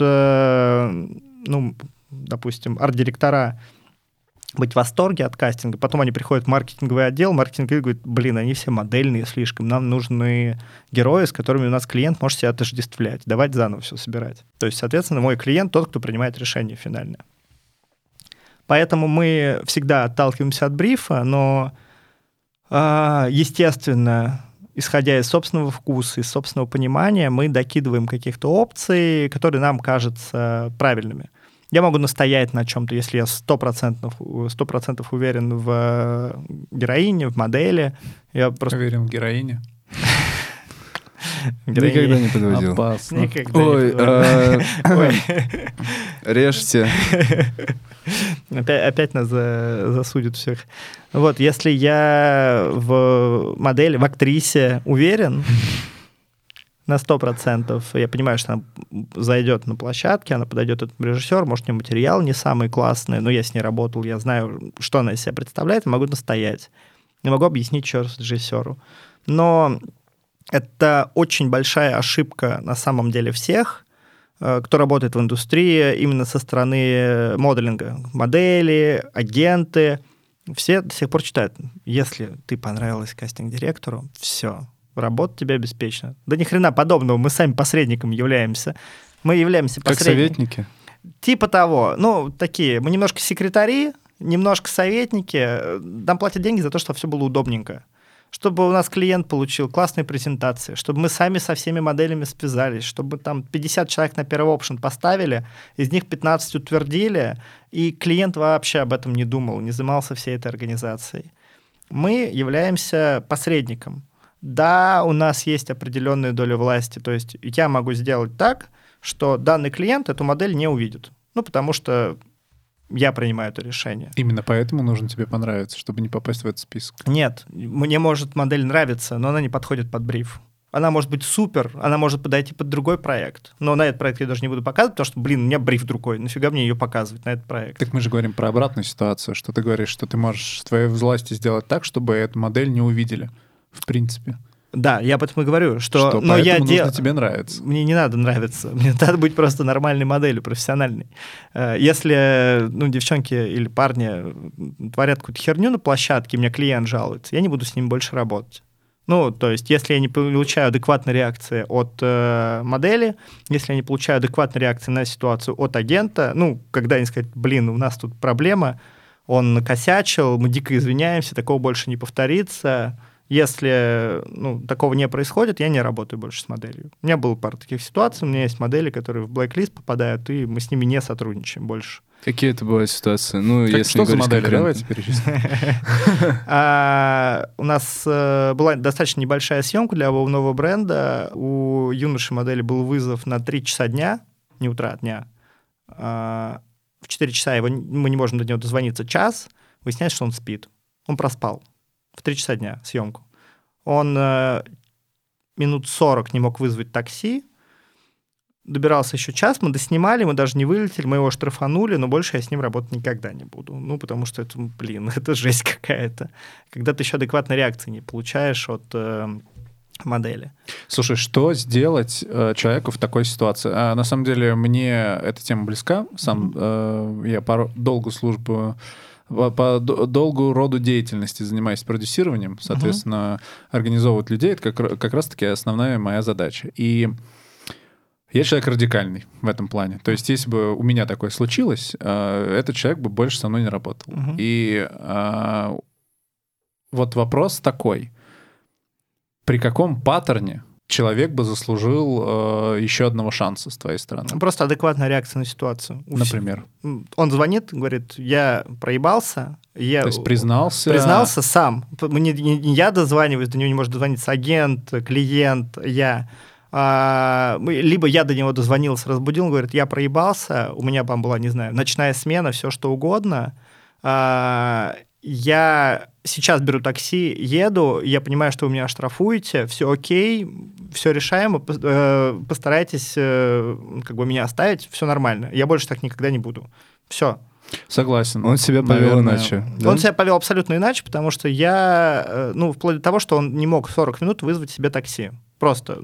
допустим, арт-директора быть в восторге от кастинга, потом они приходят в маркетинговый отдел, маркетинговый говорит, они все модельные слишком, нам нужны герои, с которыми у нас клиент может себя отождествлять, давайте заново все собирать. То есть, соответственно, мой клиент тот, кто принимает решение финальное. Поэтому мы всегда отталкиваемся от брифа, но, естественно, исходя из собственного вкуса, из собственного понимания, мы докидываем каких-то опций, которые нам кажутся правильными. Я могу настоять на чем-то, если я 100% уверен в героине, в модели. Я просто... Уверен в героине? Никогда не подводил. Опасно. Ой, режьте. Опять нас засудят всех. Вот, если я в модели, в актрисе уверен на 100%, я понимаю, что она зайдет на площадке, она подойдет этому режиссеру, может, у нее материал не самый классный, но я с ней работал, я знаю, что она из себя представляет, могу настоять. Я могу объяснить еще раз режиссеру. Но это очень большая ошибка на самом деле всех, кто работает в индустрии именно со стороны моделинга. Модели, агенты, все до сих пор читают, если ты понравилась кастинг-директору, все, работа тебе обеспечена. Да ни хрена подобного, мы сами посредником являемся. Мы являемся посредниками. Как советники? Типа того. Такие, мы немножко секретари, немножко советники, нам платят деньги за то, чтобы все было удобненько. Чтобы у нас клиент получил классные презентации, чтобы мы сами со всеми моделями связались, чтобы там 50 человек на первый опшн поставили, из них 15 утвердили, и клиент вообще об этом не думал, не занимался всей этой организацией. Мы являемся посредником. Да, у нас есть определенная доля власти, то есть я могу сделать так, что данный клиент эту модель не увидит, потому что я принимаю это решение. Именно поэтому нужно тебе понравиться, чтобы не попасть в этот список? Нет, мне может модель нравиться, но она не подходит под бриф. она может быть супер, она может подойти под другой проект. Но на этот проект я даже не буду показывать, потому что, у меня бриф другой. Нафига мне ее показывать на этот проект? Так мы же говорим про обратную ситуацию, что ты говоришь, что ты можешь в твоей власти сделать так, чтобы эту модель не увидели, в принципе. Да, я об этом и говорю, что но нужно тебе нравится. Мне не надо нравиться, мне надо быть просто нормальной моделью, профессиональной. Если девчонки или парни творят какую-то херню на площадке, и мне клиент жалуется, я не буду с ним больше работать. То есть, если я не получаю адекватной реакции от модели, если я не получаю адекватной реакции на ситуацию от агента, когда они скажут, у нас тут проблема, он накосячил, мы дико извиняемся, такого больше не повторится. Если такого не происходит, я не работаю больше с моделью. У меня была пара таких ситуаций, у меня есть модели, которые в блэк-лист попадают, и мы с ними не сотрудничаем больше. Какие это бывают ситуации? Если что за модели? Давайте перечислим. У нас была достаточно небольшая съемка для нового бренда. У юноши модели был вызов на 3 часа дня, не утра, а дня. В 4 часа мы не можем до него дозвониться час. Выясняется, что он спит. Он проспал. В 3 часа дня съемку. Он минут 40 не мог вызвать такси. Добирался еще час, мы доснимали, мы даже не вылетели, мы его штрафанули, но больше я с ним работать никогда не буду. Потому что это, это жесть какая-то. Когда ты еще адекватной реакции не получаешь от модели. Слушай, что сделать человеку в такой ситуации? На самом деле, мне эта тема близка. Я по долгу службы... По долгу роду деятельности занимаюсь продюсированием, соответственно, организовывать людей — это как раз-таки основная моя задача. И я человек радикальный в этом плане. То есть если бы у меня такое случилось, этот человек бы больше со мной не работал. И вот вопрос такой. При каком паттерне человек бы заслужил еще одного шанса с твоей стороны? Просто адекватная реакция на ситуацию. Например? Он звонит, говорит, я проебался. То есть признался? Признался сам. Не я дозваниваюсь, до него не может дозвониться агент, клиент, я. Либо я до него дозвонился, разбудил, он говорит, я проебался, у меня там была, не знаю, ночная смена, все что угодно. Я сейчас беру такси, еду, я понимаю, что вы меня оштрафуете, все окей, все решаемо, постарайтесь меня оставить, все нормально. Я больше так никогда не буду. Все. Согласен. Он себя повел иначе. Да? Он себя повел абсолютно иначе, потому что я, вплоть до того, что он не мог 40 минут вызвать себе такси. Просто,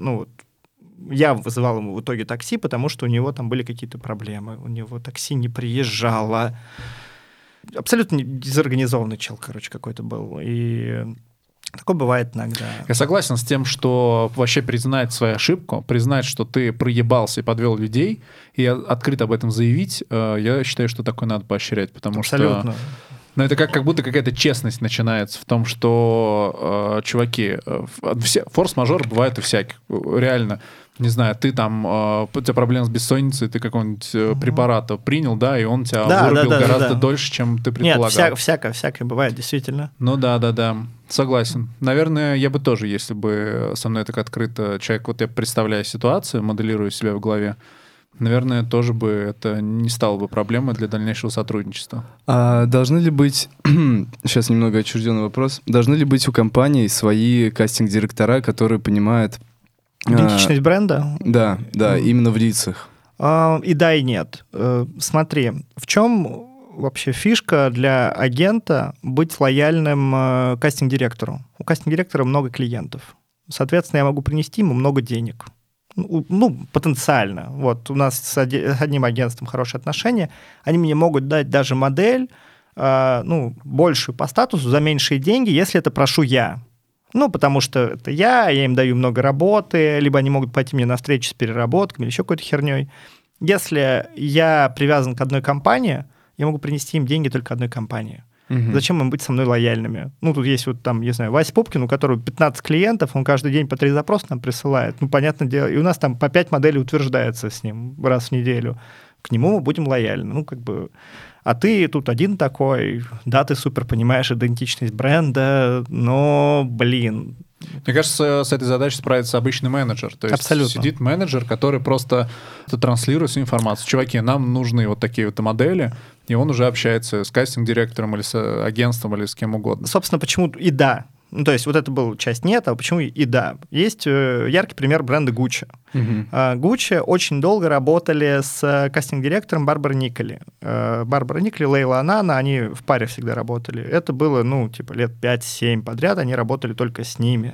я вызывал ему в итоге такси, потому что у него там были какие-то проблемы. У него такси не приезжало. Абсолютно дезорганизованный чел, какой-то был. И такое бывает иногда. Я согласен с тем, что вообще признать свою ошибку, признать, что ты проебался и подвел людей, и открыто об этом заявить, я считаю, что такое надо поощрять, потому абсолютно. что... это как будто какая-то честность начинается в том, что, чуваки, форс-мажор бывает у всяких, реально. Не знаю, ты там, у тебя проблемы с бессонницей, ты какой-нибудь препарат принял, да, и он тебя вырубил гораздо дольше, чем ты предполагал. Нет, всякое бывает, действительно. Да, согласен. Наверное, я бы тоже, если бы со мной так открыто человек, я представляю ситуацию, моделирую себя в голове, наверное, тоже бы это не стало бы проблемой для дальнейшего сотрудничества. А должны ли быть, сейчас немного отчужденный вопрос, должны ли быть у компаний свои кастинг-директора, которые понимают... Идентичность бренда? Да, именно в лицах. И да, и нет. Смотри, в чем вообще фишка для агента быть лояльным кастинг-директору? У кастинг-директора много клиентов. Соответственно, я могу принести ему много денег. Потенциально. Вот у нас с одним агентством хорошие отношения. Они мне могут дать даже модель, большую по статусу за меньшие деньги, если это прошу я. Потому что это я им даю много работы, либо они могут пойти мне на встречу с переработками или еще какой-то херней. Если я привязан к одной компании, я могу принести им деньги только одной компании. Зачем им быть со мной лояльными? Тут есть Вася Пупкин, у которого 15 клиентов, он каждый день по 3 запроса нам присылает. Понятное дело, и у нас там по 5 моделей утверждается с ним раз в неделю. К нему мы будем лояльны. А ты тут один такой, да, ты супер понимаешь идентичность бренда, но, Мне кажется, с этой задачей справится обычный менеджер. То есть абсолютно. Сидит менеджер, который просто транслирует всю информацию. Чуваки, нам нужны вот такие вот модели, и он уже общается с кастинг-директором или с агентством, или с кем угодно. Собственно, почему и да. Ну, то есть вот это была часть нет, а почему и да. Есть яркий пример бренда Gucci. Gucci очень долго работали с кастинг-директором Барбарой Николи. Барбара Николи, Лейла Анана, они в паре всегда работали. Это было, лет 5-7 подряд, они работали только с ними.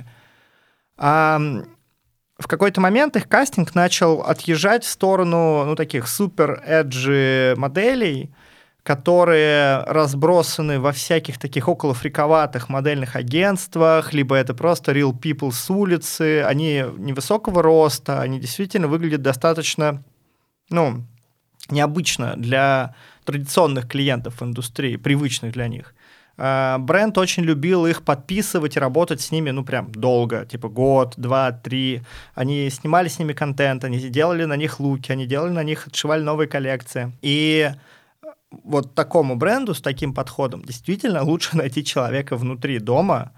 А в какой-то момент их кастинг начал отъезжать в сторону, таких супер-эджи моделей, которые разбросаны во всяких таких околофриковатых модельных агентствах, либо это просто real people с улицы, они невысокого роста, они действительно выглядят достаточно, необычно для традиционных клиентов в индустрии, привычных для них. Бренд очень любил их подписывать и работать с ними, прям долго, типа год, 2, 3. Они снимали с ними контент, они делали на них луки, они делали на них, отшивали новые коллекции. И вот такому бренду с таким подходом действительно лучше найти человека внутри дома,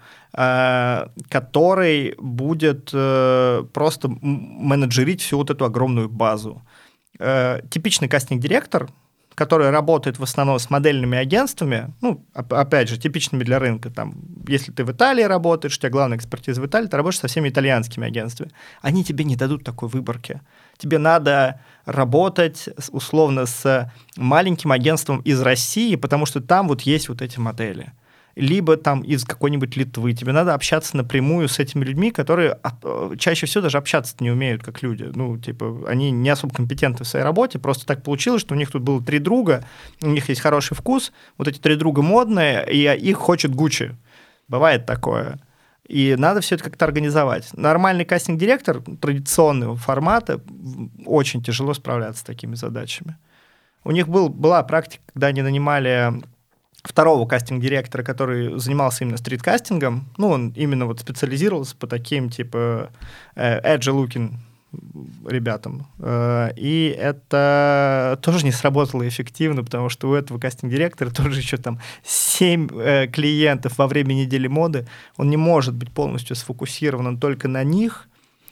который будет просто менеджерить всю вот эту огромную базу. Типичный кастинг-директор, который работает в основном с модельными агентствами, опять же, типичными для рынка. Там, если ты в Италии работаешь, у тебя главная экспертиза в Италии, ты работаешь со всеми итальянскими агентствами. Они тебе не дадут такой выборки. Тебе надо работать условно с маленьким агентством из России, потому что там вот есть вот эти модели. Либо там из какой-нибудь Литвы. Тебе надо общаться напрямую с этими людьми, которые чаще всего даже общаться не умеют, как люди. Они не особо компетентны в своей работе. Просто так получилось, что у них тут было 3 друга, у них есть хороший вкус, вот эти 3 друга модные, и их хочет Gucci. Бывает такое. И надо все это как-то организовать. Нормальный кастинг-директор традиционного формата очень тяжело справляться с такими задачами. У них была практика, когда они нанимали второго кастинг-директора, который занимался именно стрит-кастингом. Он именно вот специализировался по таким, типа, edge-looking ребятам. И это тоже не сработало эффективно, потому что у этого кастинг-директора тоже еще там 7 клиентов во время недели моды. Он не может быть полностью сфокусирован только на них.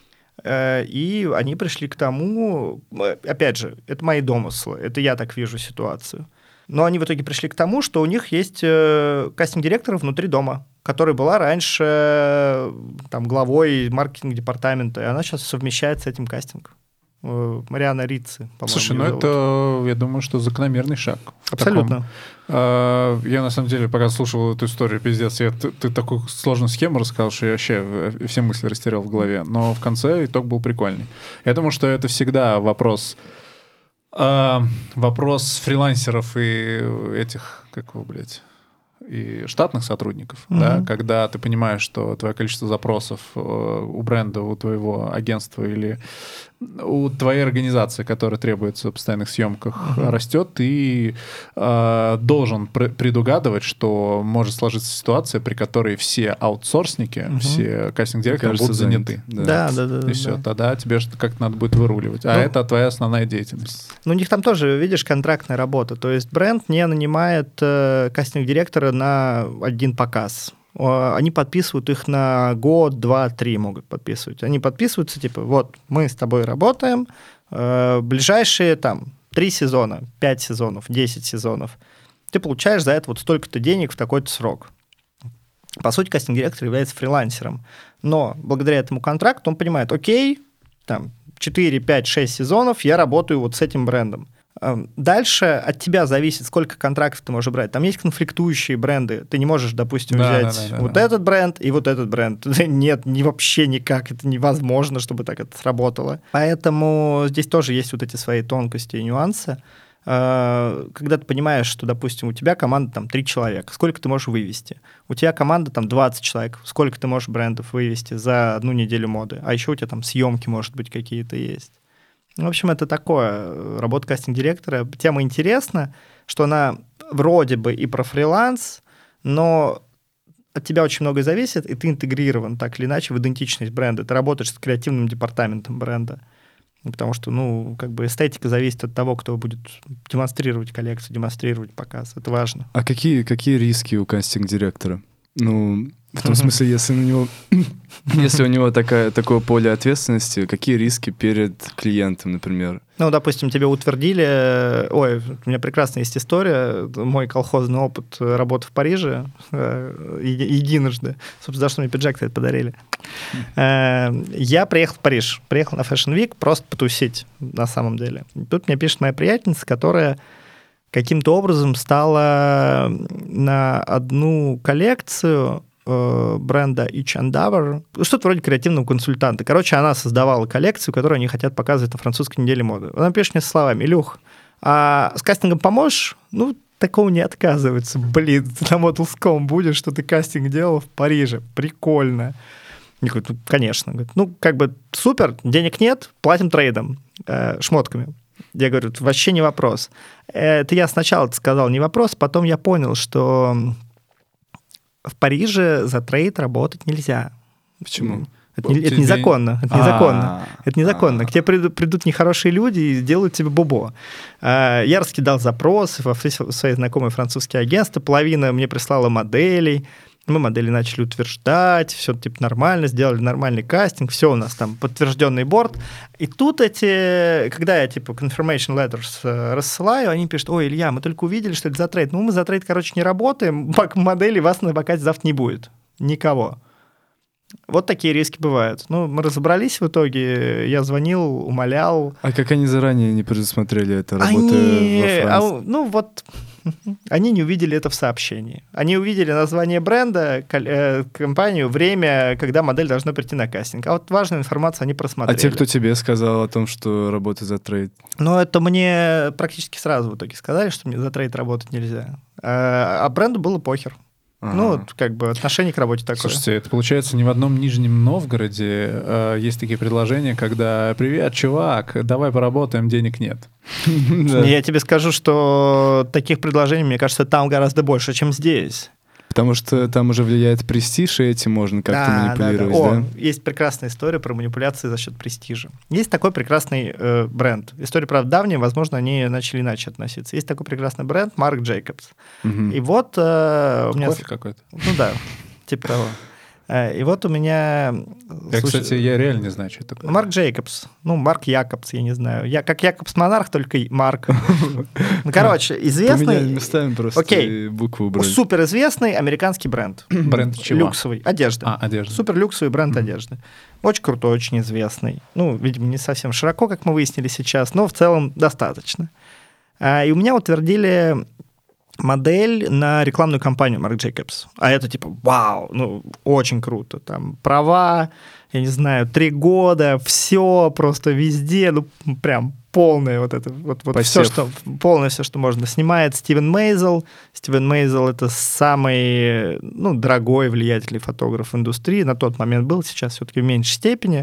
И они пришли к тому, опять же, это мои домыслы, это я так вижу ситуацию. Но они в итоге пришли к тому, что у них есть кастинг-директор внутри дома, которая была раньше главой маркетинг-департамента, и она сейчас совмещает с этим кастинг. Мариана Рицци, по-моему. Слушай, это, я думаю, что закономерный шаг. Абсолютно. Я, на самом деле, пока слушал эту историю, пиздец, ты такую сложную схему рассказал, что я вообще все мысли растерял в голове. Но в конце итог был прикольный. Я думаю, что это всегда вопрос фрилансеров и этих, и штатных сотрудников, да, когда ты понимаешь, что твое количество запросов у бренда, у твоего агентства или у твоей организации, которая требуется в постоянных съемках, растет, ты должен предугадывать, что может сложиться ситуация, при которой все аутсорсники, все кастинг-директоры будут заняты. Да. И все, тогда тебе как-то надо будет выруливать. А это твоя основная деятельность. У них там тоже, видишь, контрактная работа. То есть бренд не нанимает кастинг-директора на один показ. Они подписывают их на год, 2, 3 могут подписывать. Они подписываются, типа, вот, мы с тобой работаем, ближайшие 3 сезона, 5 сезонов, 10 сезонов. Ты получаешь за это вот столько-то денег в такой-то срок. По сути, кастинг-директор является фрилансером. Но благодаря этому контракту он понимает, окей, 4, 5, 6 сезонов я работаю вот с этим брендом. Дальше от тебя зависит, сколько контрактов ты можешь брать. Там есть конфликтующие бренды. Ты не можешь, допустим, взять этот бренд и вот этот бренд. Нет, вообще никак. Это невозможно, чтобы так это сработало. Поэтому здесь тоже есть вот эти свои тонкости и нюансы. Когда ты понимаешь, что, допустим, у тебя команда 3 человека, сколько ты можешь вывести? У тебя команда 20 человек, сколько ты можешь брендов вывести за одну неделю моды? А еще у тебя съемки, может быть, какие-то есть. В общем, это такое. Работа кастинг-директора. Тема интересна, что она вроде бы и про фриланс, но от тебя очень многое зависит, и ты интегрирован так или иначе в идентичность бренда. Ты работаешь с креативным департаментом бренда. Потому что, эстетика зависит от того, кто будет демонстрировать коллекцию, демонстрировать показ. Это важно. А какие риски у кастинг-директора? В том смысле, если у него такое поле ответственности, какие риски перед клиентом, например? Ну, допустим, тебе утвердили... Ой, у меня прекрасная есть история. Мой колхозный опыт работы в Париже единожды. Собственно, за что мне пиджак это подарили. Я приехал в Париж. Приехал на Fashion Week просто потусить, на самом деле. И тут мне пишет моя приятельница, которая каким-то образом стала на одну коллекцию бренда Each Endeavor, что-то вроде креативного консультанта. Короче, она создавала коллекцию, которую они хотят показывать на французской неделе моды. Она пишет мне словами: Илюх, а с кастингом поможешь? Ну, такого не отказывается. Блин, ты на Models.com будешь, что ты кастинг делал в Париже. Прикольно. Я говорю, ну, конечно. Говорит, ну, как бы супер, денег нет, платим трейдом, шмотками. Я говорю, вообще не вопрос. Это я сначала сказал не вопрос, потом я понял, что в Париже за трейд работать нельзя. Почему? Это незаконно. Это незаконно. Это незаконно. К тебе придут нехорошие люди и сделают тебе бобо. Я раскидал запросы во все свои знакомые французские агентства. Половина мне прислала моделей. Мы модели начали утверждать, все типа нормально, сделали нормальный кастинг, все у нас там подтвержденный борт. И тут когда я типа confirmation letters рассылаю, они пишут: ой, Илья, мы только увидели, что это за трейд. Ну, мы за трейд, короче, не работаем, модели вас на покате завтра не будет. Никого. Вот такие риски бывают. Ну, мы разобрались в итоге, я звонил, умолял. А как они заранее не предусмотрели это, работая во Франции? Ну, вот... Они не увидели это в сообщении. Они увидели название бренда, компанию, время, когда модель должна прийти на кастинг. А вот важную информацию они просмотрели. А те, кто тебе сказал о том, что работать за трейд? Ну, это мне практически сразу в итоге сказали, что мне за трейд работать нельзя. А бренду было похер. Ну, вот, как бы отношение к работе такое. Слушайте, это получается не в одном Нижнем Новгороде есть такие предложения, когда: привет, чувак, давай поработаем, денег нет. Я тебе скажу, что таких предложений, мне кажется, там гораздо больше, чем здесь. Потому что там уже влияет престиж, и этим можно как-то манипулировать, да? Есть прекрасная история про манипуляции за счет престижа. Есть такой прекрасный бренд. История, правда, давняя, возможно, они начали иначе относиться. Есть такой прекрасный бренд Marc Jacobs. Угу. И вот у меня... Кофе какой-то? Ну да, типа того. И вот у меня... Кстати, я реально не знаю, что это такое. Марк Джейкобс. Ну, Марк Якобс, я не знаю. Как Якобс Монарх, только Марк. Ну, короче, известный... Поменяли местами просто букву бренд. Суперизвестный американский бренд. Бренд чего? Люксовый. Одежды. Одежда. Суперлюксовый бренд одежды. Очень крутой, очень известный. Ну, видимо, не совсем широко, как мы выяснили сейчас, но в целом достаточно. И у меня утвердили модель на рекламную кампанию Marc Jacobs. А это типа, вау, ну, очень круто. Там права, я не знаю, 3 года, все просто везде, ну, прям полное вот это, вот все, что, полное все, что можно. Снимает Стивен Мейзел. Стивен Мейзел — это самый, ну, дорогой, влиятельный фотограф в индустрии. На тот момент был, сейчас все-таки в меньшей степени.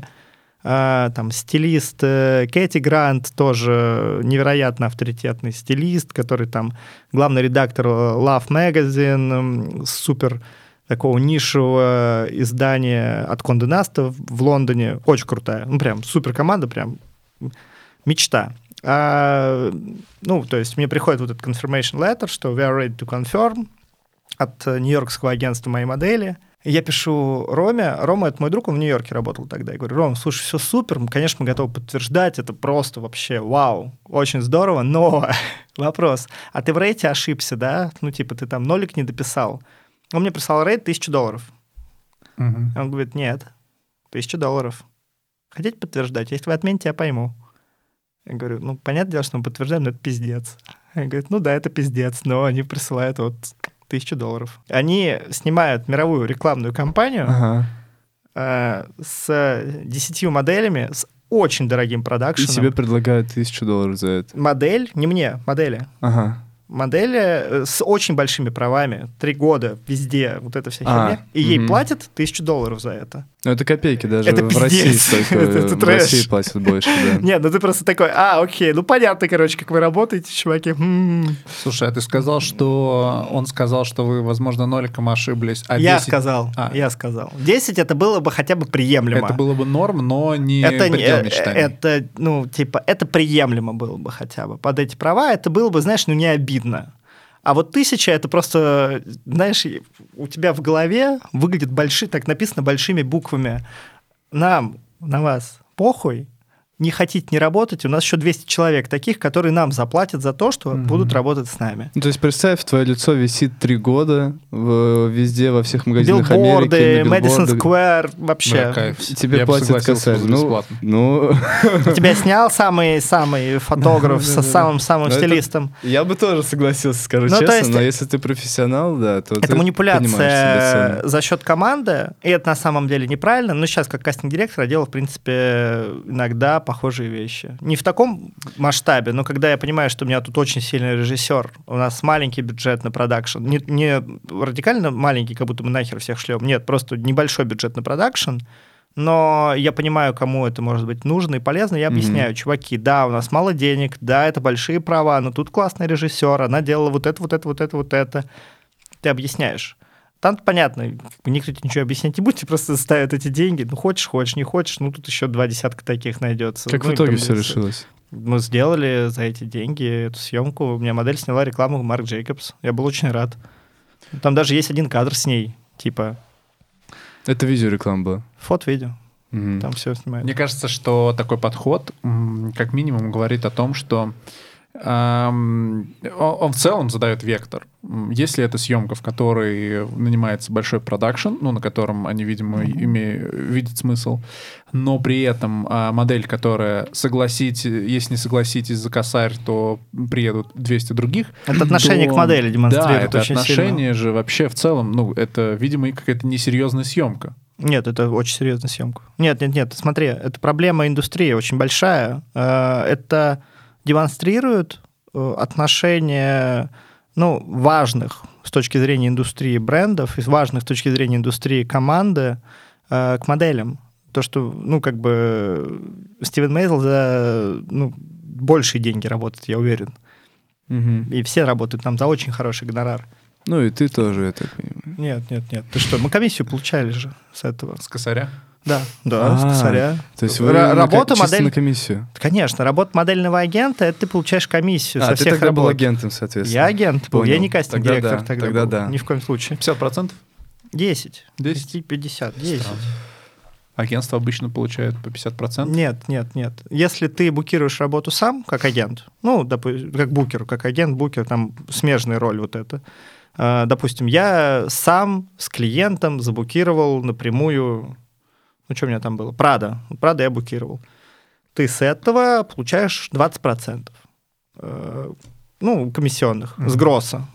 Там стилист Кэти Грант, тоже невероятно авторитетный стилист, который там главный редактор Love Magazine, супер такого нишевого издания от Condé Nast в Лондоне. Очень крутая. Ну, прям супер команда, прям мечта. Ну, то есть мне приходит вот этот confirmation letter, что we are ready to confirm от нью-йоркского агентства моей модели. Я пишу Роме. Рома — это мой друг, он в Нью-Йорке работал тогда. Я говорю: Ром, слушай, все супер, конечно, мы готовы подтверждать, это просто вообще вау, очень здорово, но вопрос: а ты в рейте ошибся, да? Ну, типа, ты там нолик не дописал. Он мне прислал рейт $1000. Он говорит: нет, $1000. Хотите подтверждать? Если вы отмените, я пойму. Я говорю: ну, понятное дело, что мы подтверждаем, но это пиздец. Они говорят: ну да, это пиздец, но они присылают вот $1000. Они снимают мировую рекламную кампанию с 10 моделями, с очень дорогим продакшеном. И тебе предлагают $1000 за это. Модель, не мне, модели. Модели с очень большими правами, 3 года, везде, вот эта вся херня. И ей платят $1000 за это. Ну, это копейки даже это в России столько. Это в России платят больше, да. Нет, ну ты просто такой: окей, ну понятно, короче, как вы работаете, чуваки. Слушай, а ты сказал, что он сказал, что вы, возможно, ноликом ошиблись, а 10... Я сказал. 10 это было бы хотя бы приемлемо. Это было бы норм, но не предел мечтаний. Это, ну, типа, это приемлемо было бы хотя бы. Под эти права это было бы, знаешь, ну, не обидно. А вот 1000 — это просто, знаешь, у тебя в голове выглядит так написано большими буквами. Нам на вас похуй, не хотите не работать, у нас еще 200 человек таких, которые нам заплатят за то, что будут работать с нами. Ну, то есть, представь, твое лицо висит 3 года везде, во всех магазинах билборды, Америки. Madison Square, вообще. Кайф. Тебе платят косарь. Тебя снял самый фотограф со самым стилистом. Я бы тоже согласился, скажу честно, но если ты профессионал, да, то это манипуляция за счет команды, и это на самом деле неправильно, но сейчас как кастинг-директор я делал, в принципе, иногда похожие вещи. Не в таком масштабе, но когда я понимаю, что у меня тут очень сильный режиссер, у нас маленький бюджет на продакшн, не радикально маленький, как будто мы нахер всех шлем, нет, просто небольшой бюджет на продакшн, но я понимаю, кому это может быть нужно и полезно, я объясняю, чуваки, да, у нас мало денег, да, это большие права, но тут классный режиссер, она делала вот это. Ты объясняешь. Там понятно, никто тебе ничего объяснять не будет, тебе просто ставят эти деньги. Ну, хочешь, не хочешь, ну, тут еще 20 таких найдется. Как в итоге все решилось? Мы сделали за эти деньги эту съемку. У меня модель сняла рекламу Марк Джейкобс. Я был очень рад. Там даже есть один кадр с ней, типа... Это видеореклама была? Фото-видео. Там все снимают. Мне кажется, что такой подход как минимум говорит о том, что он в целом задает вектор. Если это съемка, в которой нанимается большой продакшн, ну, на котором они, видимо, видят смысл, но при этом модель, которая, если не согласитесь за косарь, то приедут 200 других. Это отношение к модели демонстрирует. Да, это очень отношение сильно. же вообще в целом, ну, это, видимо, какая-то несерьезная съемка. Нет, это очень серьезная съемка. Нет, смотри, это проблема индустрии очень большая. Это демонстрирует отношение, важных с точки зрения индустрии брендов и важных с точки зрения индустрии команды к моделям. То, что, Стивен Мейзел за большие деньги работает, я уверен. И все работают там за очень хороший гонорар. Ну и ты тоже, я так понимаю. Нет. Ты что, мы комиссию получали же с этого. С косаря? Да, с косаря. То есть вы чисто на комиссию? Конечно, работа модельного агента — это ты получаешь комиссию со всех работ. Ты тогда был агентом, соответственно. Я агент был, я не кастинг-директор тогда был. Да. Ни в коем случае. 50%? 10. 10? 50, 10. Странно. Агентство обычно получает по 50%? Нет. Если ты букируешь работу сам, как агент, допустим, как букер, как агент-букер, там смежная роль вот эта. Допустим, я сам с клиентом забукировал напрямую, что у меня там было? Прада я букировал. Ты с этого получаешь 20%. Комиссионных, с гросса.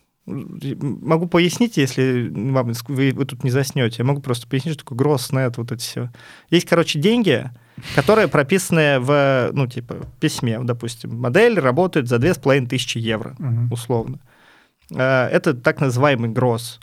Могу пояснить, если вы тут не заснете. Я могу просто пояснить, что такое гросс, нет, вот это все. Есть, деньги, которые прописаны в, письме. Допустим, модель работает за 2500 евро, условно. Это так называемый гросс.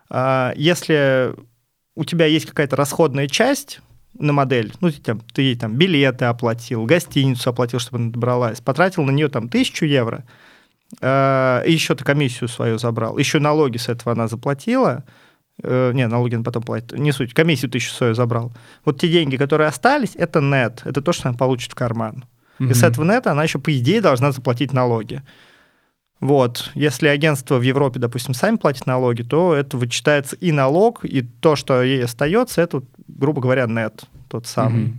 Если у тебя есть какая-то расходная часть на модель, ты ей билеты оплатил, гостиницу оплатил, чтобы она добралась, потратил на нее 1000 евро, и еще ты комиссию свою забрал, еще налоги с этого она заплатила, налоги она потом платит, не суть, комиссию 1000 свою забрал. Вот те деньги, которые остались, это нет, это то, что она получит в карман. И с этого нета она еще, по идее, должна заплатить налоги. Вот. Если агентство в Европе, допустим, сами платят налоги, то это вычитается и налог, и то, что ей остается, это, грубо говоря, нет, тот самый.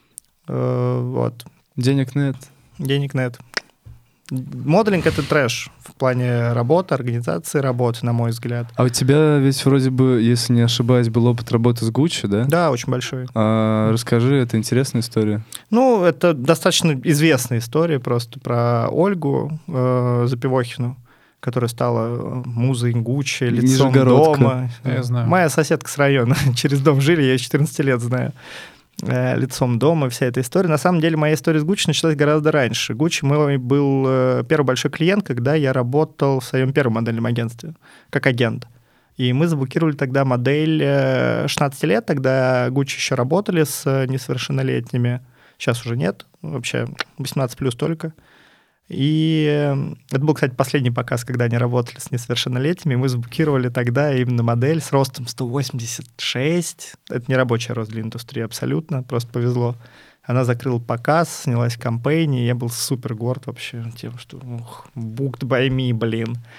Вот. Денег нет. Денег нет. Моделинг — это трэш в плане работы, организации работы, на мой взгляд. А у тебя ведь вроде бы, если не ошибаюсь, был опыт работы с Gucci, да? Да, очень большой. Расскажи, это интересная история. Это достаточно известная история просто про Ольгу Запивохину, которая стала музой Gucci, лицом дома. Я знаю. Моя соседка с района, через дом жили, я ее 14 лет знаю. Лицом дома, вся эта история. На самом деле, моя история с Gucci началась гораздо раньше. Gucci мой был первый большой клиент, когда я работал в своем первом модельном агентстве, как агент. И мы заблокировали тогда модель 16 лет, тогда Gucci еще работали с несовершеннолетними. Сейчас уже нет, вообще 18+ только. И это был, кстати, последний показ, когда они работали с несовершеннолетними. Мы заблокировали тогда именно модель с ростом 186. Это не рабочий рост для индустрии абсолютно, просто повезло. Она закрыла показ, снялась в кампании, я был супер горд вообще тем, что booked by me, блин.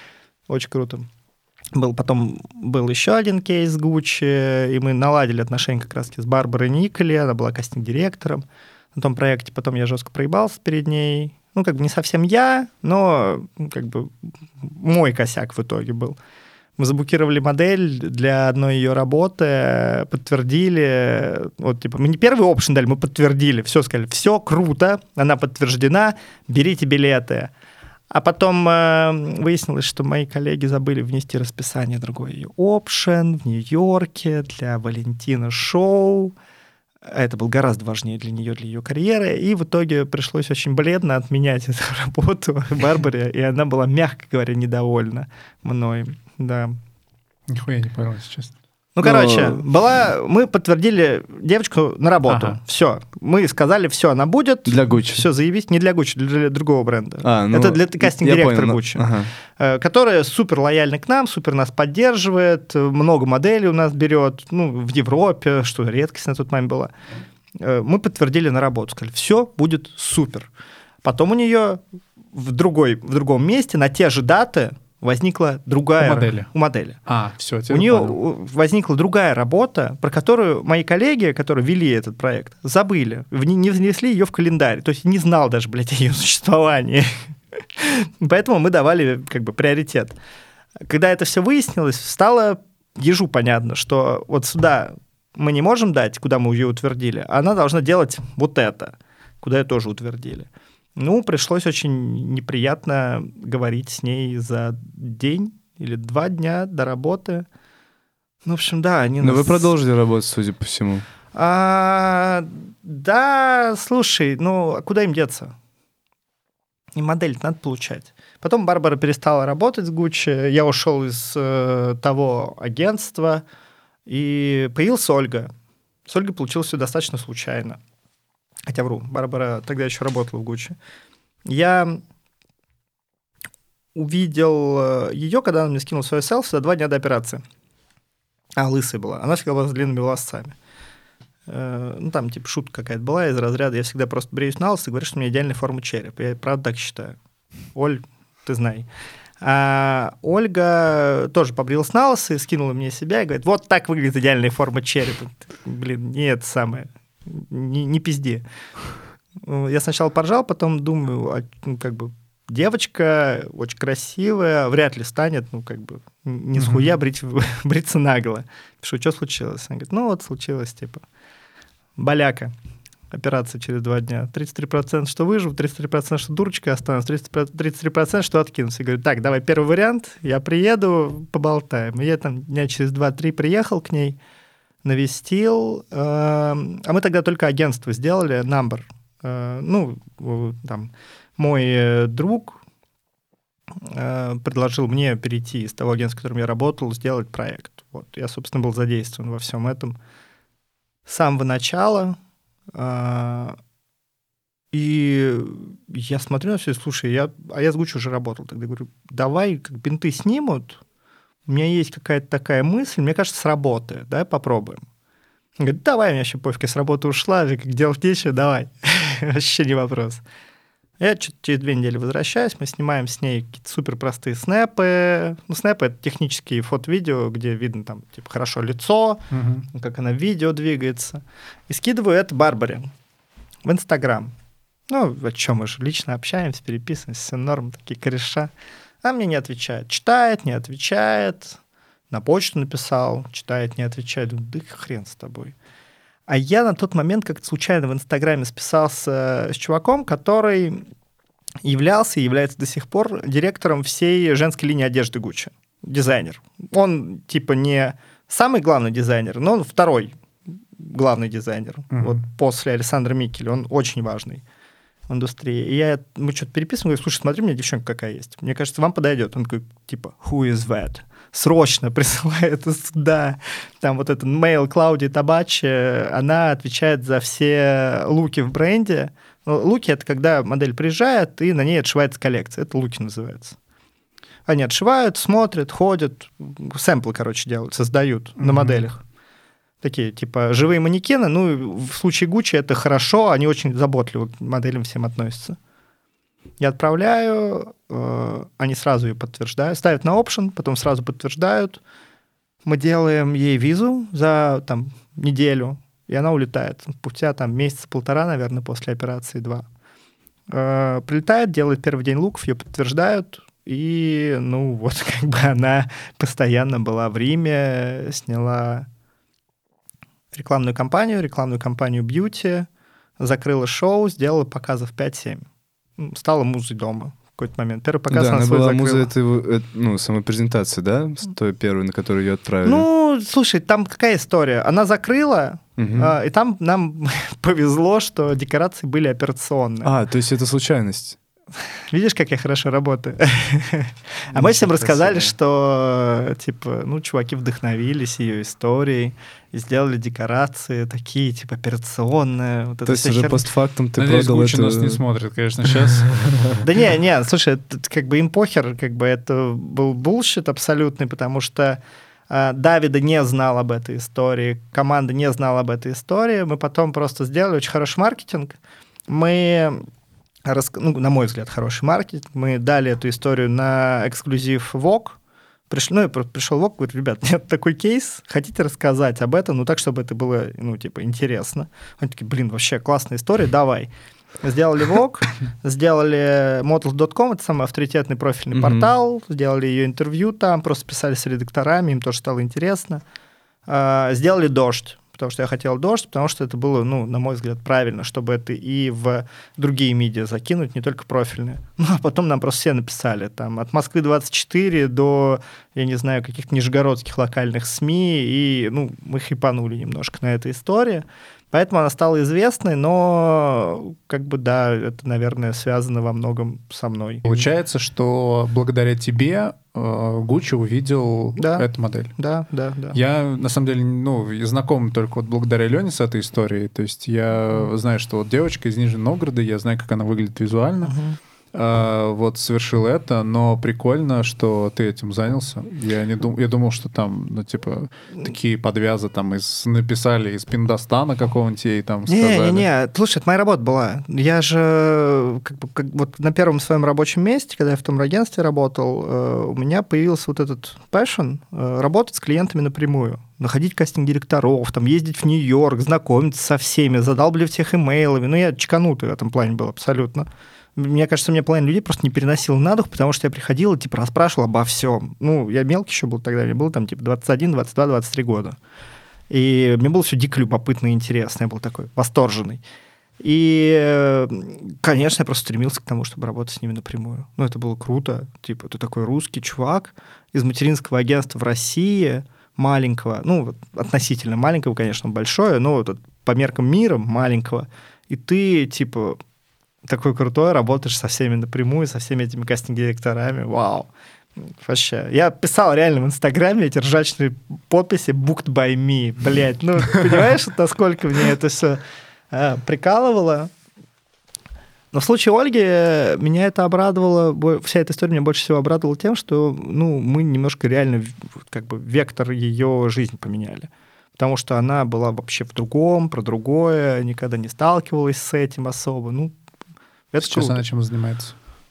Очень круто. Потом был еще один кейс с Gucci, и мы наладили отношения как раз-таки с Барбарой Николи, она была кастинг-директором на том проекте, потом я жестко проебался перед ней. Ну, как бы не совсем я, но как бы мой косяк в итоге был. Мы заблокировали модель для одной ее работы, подтвердили, вот типа, мы не первый опшн дали, мы подтвердили, все сказали, все круто, она подтверждена, берите билеты. А потом выяснилось, что мои коллеги забыли внести расписание другой ее опшн в Нью-Йорке для Валентина Шоу. Это было гораздо важнее для нее, для ее карьеры. И в итоге пришлось очень бледно отменять эту работу Барбаре, и она была, мягко говоря, недовольна мной. Да. Нихуя не понял, если честно. Ну, короче, мы подтвердили девочку на работу. Ага. Все. Мы сказали, все, она будет. Для Gucci. Все, заявить. Не для Gucci, для другого бренда. Это для кастинг-директора Gucci, которая супер лояльна к нам, супер нас поддерживает, много моделей у нас берет, в Европе, что редкость на тот момент была. Мы подтвердили на работу. Сказали, все будет супер. Потом у нее в другом месте на те же даты возникла другая... У модели. Все, у нее возникла другая работа, про которую мои коллеги, которые вели этот проект, забыли, не внесли ее в календарь. То есть не знал даже, о ее существовании. Поэтому мы давали как бы приоритет. Когда это все выяснилось, стало ежу понятно, что вот сюда мы не можем дать, куда мы ее утвердили, а она должна делать вот это, куда ее тоже утвердили. Пришлось очень неприятно говорить с ней за день или 2 дня до работы. В общем, да, они Но вы продолжили работать, судя по всему. Да, слушай, а куда им деться? И модель надо получать. Потом Барбара перестала работать с Gucci, я ушел из того агентства, и появилась Ольга. С Ольгой получилось все достаточно случайно. Хотя вру, Барбара тогда еще работала в Gucci. Я увидел ее, когда она мне скинула свое селфи за 2 дня до операции. Лысая была. Она всегда была с длинными волосами. Там типа шутка какая-то была из разряда. Я всегда просто бреюсь на лысо и говорю, что у меня идеальная форма черепа. Я правда так считаю. Оль, ты знай. А Ольга тоже побрилась на лысо и скинула мне себя и говорит, вот так выглядит идеальная форма черепа. Блин, не это самое. Не пизди. Я сначала поржал, потом думаю, девочка очень красивая, вряд ли станет, не с хуя бриться наголо. Пишу, что случилось? Она говорит, случилось, типа, боляка. Операция через 2 дня. 33% что выживу, 33% что дурочкой останусь, 33% что откинусь. Я говорю, так, давай первый вариант, я приеду, поболтаем. И я дня через 2-3 приехал к ней, навестил, а мы тогда только агентство сделали, Number. Мой друг предложил мне перейти из того агентства, с которым я работал, сделать проект. Вот. Я, собственно, был задействован во всем этом с самого начала. И я смотрю на все, слушай, я с Gucci уже работал. Тогда говорю, давай, бинты снимут, у меня есть какая-то такая мысль, мне кажется, сработает, давай попробуем. Он говорит, давай, у меня еще пофиг, я с работы ушла, как делать нечего, давай. Вообще не вопрос. Я через 2 недели возвращаюсь, мы снимаем с ней какие-то суперпростые снэпы. Снэпы — это технические фото-видео, где видно там типа хорошо лицо, как она в видео двигается. И скидываю это Барбаре в Инстаграм. О чем мы же лично общаемся, переписываемся, все норм, такие кореша. А мне не отвечает. Читает, не отвечает. На почту написал, читает, не отвечает. Думаю, да хрен с тобой. А я на тот момент как-то случайно в Инстаграме списался с чуваком, который являлся и является до сих пор директором всей женской линии одежды Gucci. Дизайнер. Он типа не самый главный дизайнер, но он второй главный дизайнер. Вот после Александра Микеле. Он очень важный в индустрии. И мы что-то переписываем, говорю, слушай, смотри, у меня девчонка какая есть. Мне кажется, вам подойдет. Он такой, типа, who is that? Срочно присылает сюда. Там вот этот мейл Клаудии Табачи, она отвечает за все луки в бренде. Луки — это когда модель приезжает, и на ней отшивается коллекция. Это луки называется. Они отшивают, смотрят, ходят, сэмплы, делают, создают на моделях. Такие, типа, живые манекены. В случае Gucci это хорошо, они очень заботливо к моделям всем относятся. Я отправляю, они сразу ее подтверждают, ставят на option, потом сразу подтверждают. Мы делаем ей визу за там, неделю, и она улетает. Спустя там месяца-полтора, наверное, после операции 2. Прилетает, делает первый день луков, ее подтверждают, и, ну, вот как бы она постоянно была в Риме, сняла рекламную кампанию бьюти, закрыла шоу, сделала показов 5-7. Стала музой дома в какой-то момент. Первый показ она свой была закрыла. музой этой, самой презентации, да? Той первой, на которую ее отправили. Ну, слушай, там какая история? Она закрыла, и там нам повезло, что декорации были операционные. То есть это случайность? Видишь, как я хорошо работаю? А мы всем рассказали, что, типа, чуваки вдохновились ее историей и сделали декорации такие, типа, операционные. То есть уже постфактум ты продал это... нас не смотрит, конечно, сейчас. Да не, слушай, как бы им похер, как бы это был булшит абсолютный, потому что Давида не знал об этой истории, команда не знала об этой истории. Мы потом просто сделали очень хороший маркетинг. Мы... на мой взгляд, хороший маркетинг. Мы дали эту историю на эксклюзив Vogue. Пришел Vogue, говорит, ребят, нет такой кейс, хотите рассказать об этом, так, чтобы это было, интересно. Они такие, вообще классная история, давай. Сделали Vogue, сделали models.com, это самый авторитетный профильный портал, сделали ее интервью там, просто писали с редакторами, им тоже стало интересно. Сделали «Дождь». Потому что я хотел «Дождь», потому что это было, на мой взгляд, правильно, чтобы это и в другие медиа закинуть, не только профильные. А потом нам просто все написали, там, от Москвы-24 до, я не знаю, каких-то нижегородских локальных СМИ, и, мы хипанули немножко на этой истории. Поэтому она стала известной, но, да, это, наверное, связано во многом со мной. Получается, что благодаря тебе Гуччи увидел эту модель. Да. Я, на самом деле, знаком только благодаря Лене с этой историей. То есть я знаю, что девочка из Нижнего Новгорода, я знаю, как она выглядит визуально. Совершил это, но прикольно, что ты этим занялся. Я думал, что там, такие подвязы там написали из Пиндостана какого-нибудь и там сказали. Не, слушай, это моя работа была. Я же вот на первом своем рабочем месте, когда я в том агентстве работал, у меня появился вот этот passion работать с клиентами напрямую. Находить кастинг-директоров, там, ездить в Нью-Йорк, знакомиться со всеми, задалбливать всех имейлами. Я чеканутый в этом плане был абсолютно. Мне кажется, мне половина людей просто не переносил на дух, потому что я приходил и, расспрашивал обо всем. Я мелкий еще был тогда, мне было там, 21, 22, 23 года. И мне было все дико любопытно и интересно, я был такой восторженный. И, конечно, я просто стремился к тому, чтобы работать с ними напрямую. Это было круто. Ты такой русский чувак из материнского агентства в России, маленького, относительно маленького, конечно, большое, но по меркам мира маленького. И ты, такой крутой, работаешь со всеми напрямую, со всеми этими кастинг-директорами. Вау. Вообще. Я писал реально в Инстаграме эти ржачные подписи «Booked by me». Блять, понимаешь, насколько мне это все прикалывало? Но в случае Ольги меня это обрадовало, вся эта история меня больше всего обрадовала тем, что мы немножко реально вектор ее жизни поменяли. Потому что она была вообще в другом, про другое, никогда не сталкивалась с этим особо. Это сейчас она чем занимается?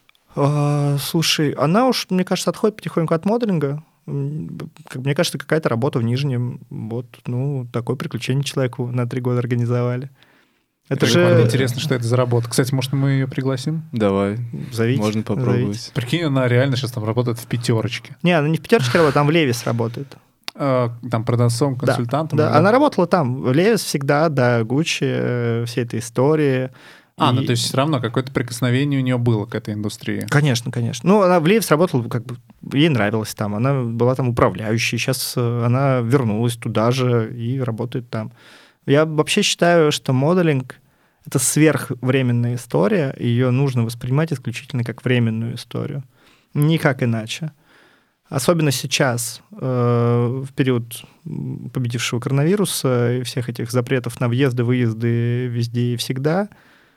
Слушай, она уж, мне кажется, отходит потихоньку от моделинга. Мне кажется, какая-то работа в Нижнем. Такое приключение человеку на 3 года организовали. Это же интересно, что это за работа. Кстати, может, мы ее пригласим? Давай. Зовите. Можно попробовать. Зовите. Прикинь, она реально сейчас там работает в «Пятерочке». Не, она не в «Пятерочке» работает, там в «Левис» работает. Там продавцом, консультантом? Да, она работала там. В «Левис» всегда, Гуччи, всей этой истории. То есть все равно какое-то прикосновение у нее было к этой индустрии. Конечно. Она в «Левис» работала, ей нравилось там. Она была там управляющей. Сейчас она вернулась туда же и работает там. Я вообще считаю, что моделинг — это сверхвременная история, и ее нужно воспринимать исключительно как временную историю. Никак иначе. Особенно сейчас, в период победившего коронавируса и всех этих запретов на въезды, выезды везде и всегда,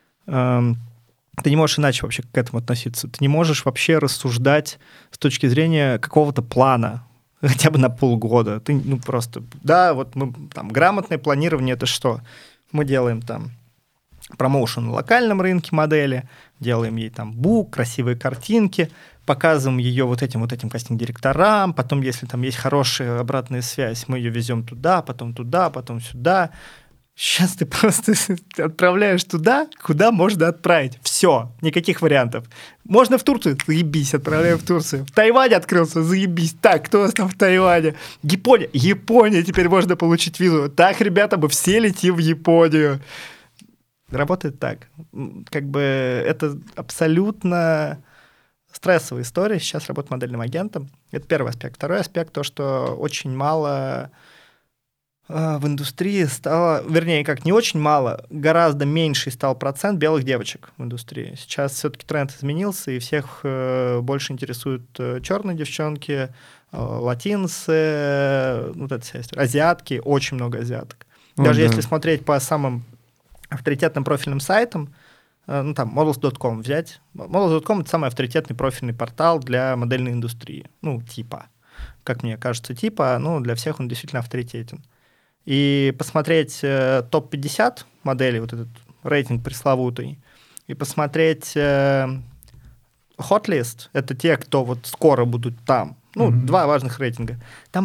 ты не можешь иначе вообще к этому относиться. Ты не можешь вообще рассуждать с точки зрения какого-то плана, хотя бы на полгода. Ты просто... Да, мы грамотное планирование — это что? Мы делаем там промоушен на локальном рынке модели, делаем ей там бук, красивые картинки, показываем ее вот этим кастинг-директорам, потом, если там есть хорошая обратная связь, мы ее везем туда, потом сюда. Сейчас ты просто отправляешь туда, куда можно отправить. Все, никаких вариантов. Можно в Турцию? Заебись, отправляем в Турцию. В Тайване открылся? Заебись. Так, кто у нас там в Тайване? Япония, теперь можно получить визу. Так, ребята, мы все летим в Японию. Работает так. Как бы это абсолютно стрессовая история. Сейчас работать модельным агентом. Это первый аспект. Второй аспект, то, что очень мало в индустрии стало, вернее, как не очень мало, гораздо меньший стал процент белых девочек в индустрии. Сейчас все-таки тренд изменился, и всех больше интересуют черные девчонки, латинцы, вот эта вся история. Азиатки, очень много азиаток. Даже если смотреть по самым авторитетным профильным сайтам, ну, там, models.com взять. Models.com — это самый авторитетный профильный портал для модельной индустрии. Ну, типа. Как мне кажется, типа, ну, для всех он действительно авторитетен. И посмотреть топ-50 моделей, вот этот рейтинг пресловутый, и посмотреть hot-list, это те, кто вот скоро будут там. Ну, два важных рейтинга. Там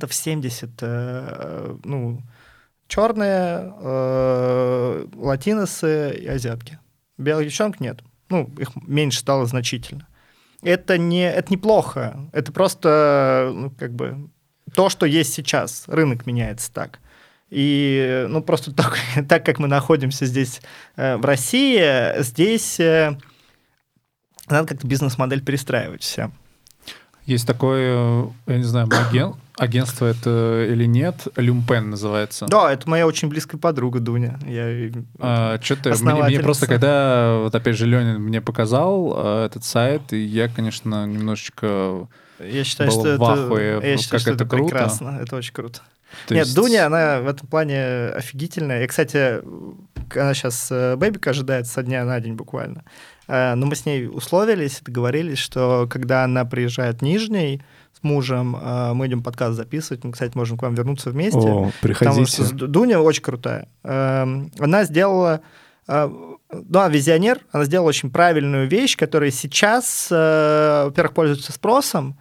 70%, ну, черные, латиносы и азиатки. Белых девчонок нет. Ну, их меньше стало значительно. Это неплохо. Это просто, ну, как бы то, что есть сейчас. Рынок меняется так. И, ну, просто так как мы находимся здесь, в России, здесь надо как-то бизнес-модель перестраивать всем. Есть такое, я не знаю, агентство это или нет, Люмпен называется. Да, это моя очень близкая подруга Дуня. Мне просто, когда, вот опять же, Леня мне показал этот сайт, и я, конечно, немножечко я считаю, был что в ахуе, как это круто. Прекрасно, это очень круто. Нет, Дуня, она в этом плане офигительная. И, кстати, она сейчас бэбика ожидает со дня на день буквально. Но мы с ней условились, договорились, что когда она приезжает в Нижний с мужем, мы идем подкаст записывать. Мы, кстати, можем к вам вернуться вместе. О, приходите. Потому что Дуня очень крутая. Она сделала... Да, визионер. Она сделала очень правильную вещь, которая сейчас, во-первых, пользуется спросом.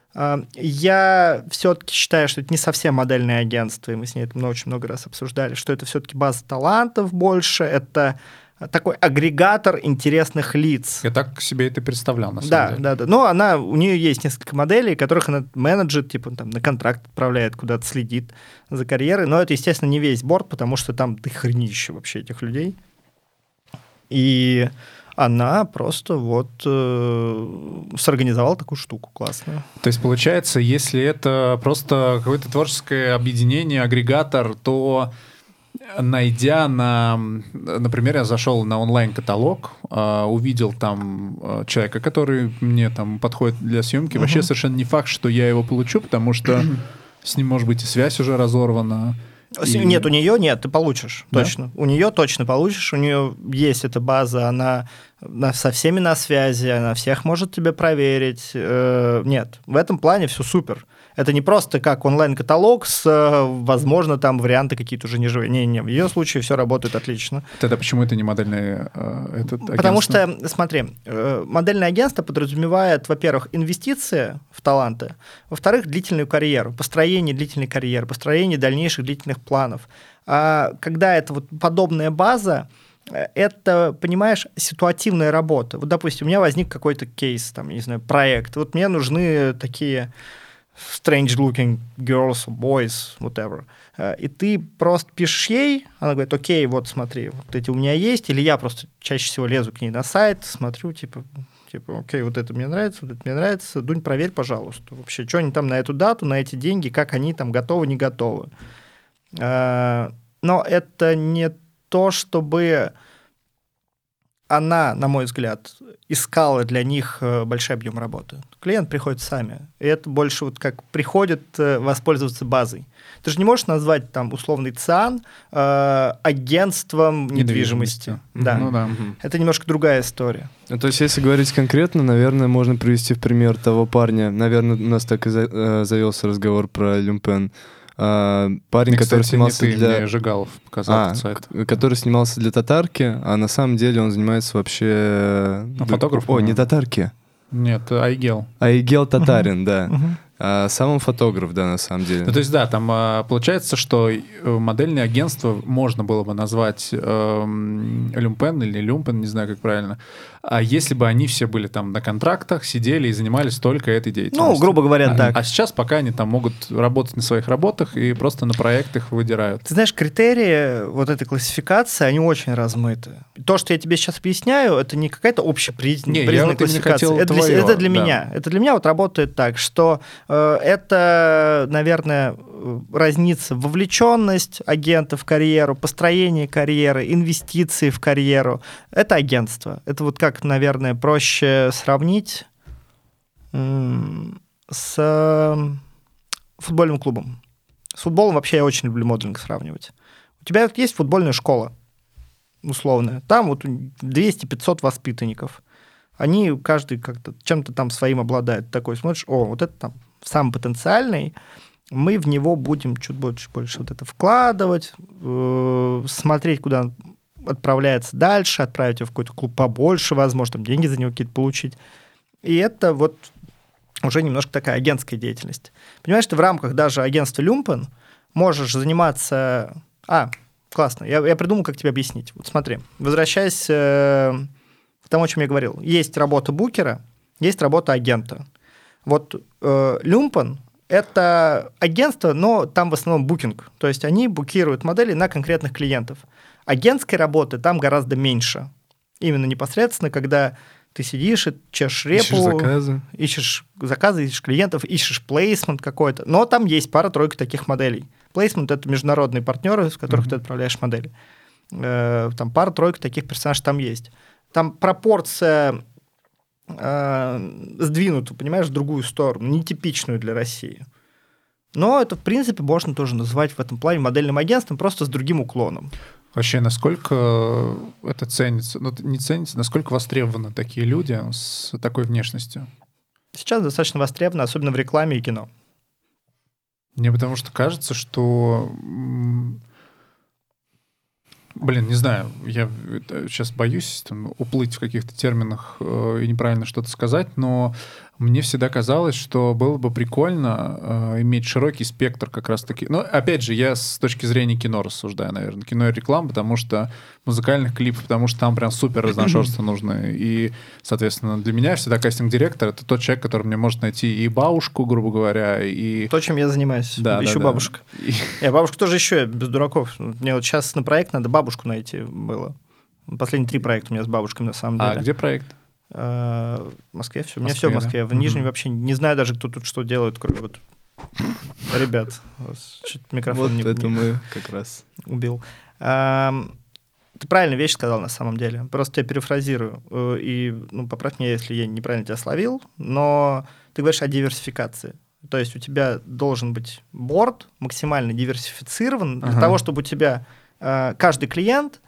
Я все-таки считаю, что это не совсем модельное агентство, и мы с ней это очень много раз обсуждали, что это все-таки база талантов больше, это такой агрегатор интересных лиц. Я так себе это представлял, на самом деле. Да. Но у нее есть несколько моделей, которых она менеджит, типа там на контракт отправляет, куда-то следит за карьерой. Но это, естественно, не весь борд, потому что там дохренище вообще этих людей. И она просто вот сорганизовала такую штуку классную. То есть, получается, если это просто какое-то творческое объединение, агрегатор, то, найдя например, я зашел на онлайн-каталог, увидел там человека, который мне там подходит для съемки, вообще совершенно не факт, что я его получу, потому что с ним, может быть, и связь уже разорвана. Нет, у нее нет, ты получишь, да? Точно. У нее точно получишь, у нее есть эта база, она со всеми на связи, она всех может тебе проверить. Нет, в этом плане все супер. Это не просто как онлайн-каталог с, возможно, там варианты какие-то уже неживые. Не, в ее случае все работает отлично. Тогда почему это не модельное агентство? Потому что, смотри, модельное агентство подразумевает, во-первых, инвестиции в таланты, во-вторых, длительную карьеру, построение длительной карьеры, построение дальнейших длительных планов. А когда это вот подобная база, это, понимаешь, ситуативная работа. Вот, допустим, у меня возник какой-то кейс, там, не знаю, проект. Вот мне нужны такие strange-looking girls, boys, whatever. И ты просто пишешь ей, она говорит, окей, вот смотри, вот эти у меня есть, или я просто чаще всего лезу к ней на сайт, смотрю, типа, окей, вот это мне нравится, вот это мне нравится, Дунь, проверь, пожалуйста, вообще, что они там на эту дату, на эти деньги, как они там готовы, не готовы. Но это не то, чтобы она, на мой взгляд, искала для них большой объем работы. Клиент приходит сами. И это больше вот как приходит воспользоваться базой. Ты же не можешь назвать там условный ЦИАН агентством недвижимости. Да. Ну, да. Это немножко другая история. Ну, то есть, если говорить конкретно, наверное, можно привести в пример того парня. Наверное, у нас так и завелся разговор про Люмпен. Парень, который снимался для... Жигалов показал этот сайт. Который снимался для Татарки, а на самом деле он занимается вообще... Фотограф? О, не Татарки. Нет, Айгел. Айгел Татарин, да. Сам он фотограф, да, на самом деле. Ну, то есть, да, там получается, что модельное агентство можно было бы назвать Люмпен или Люмпен, не знаю, как правильно. А если бы они все были там на контрактах, сидели и занимались только этой деятельностью. Ну, грубо говоря, так. А сейчас пока они там могут работать на своих работах и просто на проектах выдирают. Ты знаешь, критерии вот этой классификации, они очень размыты. То, что я тебе сейчас объясняю, это не какая-то общепризнанная классификация. Это для меня. Это для меня вот работает так, что это, наверное, разница вовлеченность агента в карьеру, построение карьеры, инвестиции в карьеру. Это агентство. Это вот как, наверное, проще сравнить с футбольным клубом. С футболом вообще я очень люблю моделинг сравнивать. У тебя есть футбольная школа условная. Там вот 200-500 воспитанников. Они каждый как-то чем-то там своим обладает. Такой смотришь, вот это там самый потенциальный, мы в него будем чуть больше вот это вкладывать, смотреть, куда он отправляется дальше, отправить его в какой-то клуб побольше, возможно, там деньги за него какие-то получить. И это вот уже немножко такая агентская деятельность. Понимаешь, ты в рамках даже агентства Люмпен можешь заниматься... Классно, я придумал, как тебе объяснить. Вот смотри, возвращаясь к тому, о чем я говорил. Есть работа букера, есть работа агента. Вот Люмпен – это агентство, но там в основном букинг. То есть они букируют модели на конкретных клиентов. Агентской работы там гораздо меньше. Именно непосредственно, когда ты сидишь и чешешь репу, ищешь заказы, ищешь клиентов, ищешь плейсмент какой-то. Но там есть пара-тройка таких моделей. Плейсмент – это международные партнеры, с которых ты отправляешь модели. Там пара-тройка таких персонажей там есть. Там пропорция... сдвинутую, понимаешь, в другую сторону, нетипичную для России. Но это, в принципе, можно тоже называть в этом плане модельным агентством, просто с другим уклоном. Вообще, насколько это ценится, не ценится, насколько востребованы такие люди с такой внешностью? Сейчас достаточно востребовано, особенно в рекламе и кино. Мне потому что кажется, что... не знаю, я сейчас боюсь уплыть в каких-то терминах и неправильно что-то сказать, но мне всегда казалось, что было бы прикольно иметь широкий спектр как раз-таки. Но, опять же, я с точки зрения кино рассуждаю, наверное. Кино и реклама, потому что музыкальных клипов, потому что там прям супер разношерство нужно. И, соответственно, для меня всегда кастинг-директор — это тот человек, который мне может найти и бабушку, грубо говоря, и... То, чем я занимаюсь. Ищу бабушек. Я бабушку тоже ищу, я без дураков. Мне вот сейчас на проект надо бабушку найти было. Последние 3 проекта у меня с бабушками, на самом деле. А где проект? В Москве все. У меня все в Москве. В Нижнем вообще не знаю даже, кто тут что делает, кроме вот ребят. Чуть микрофон вот это мы как раз убил. Ты правильную вещь сказал на самом деле. Просто я перефразирую. И поправь меня, если я неправильно тебя словил, но ты говоришь о диверсификации. То есть у тебя должен быть борд максимально диверсифицирован для того, чтобы у тебя каждый клиент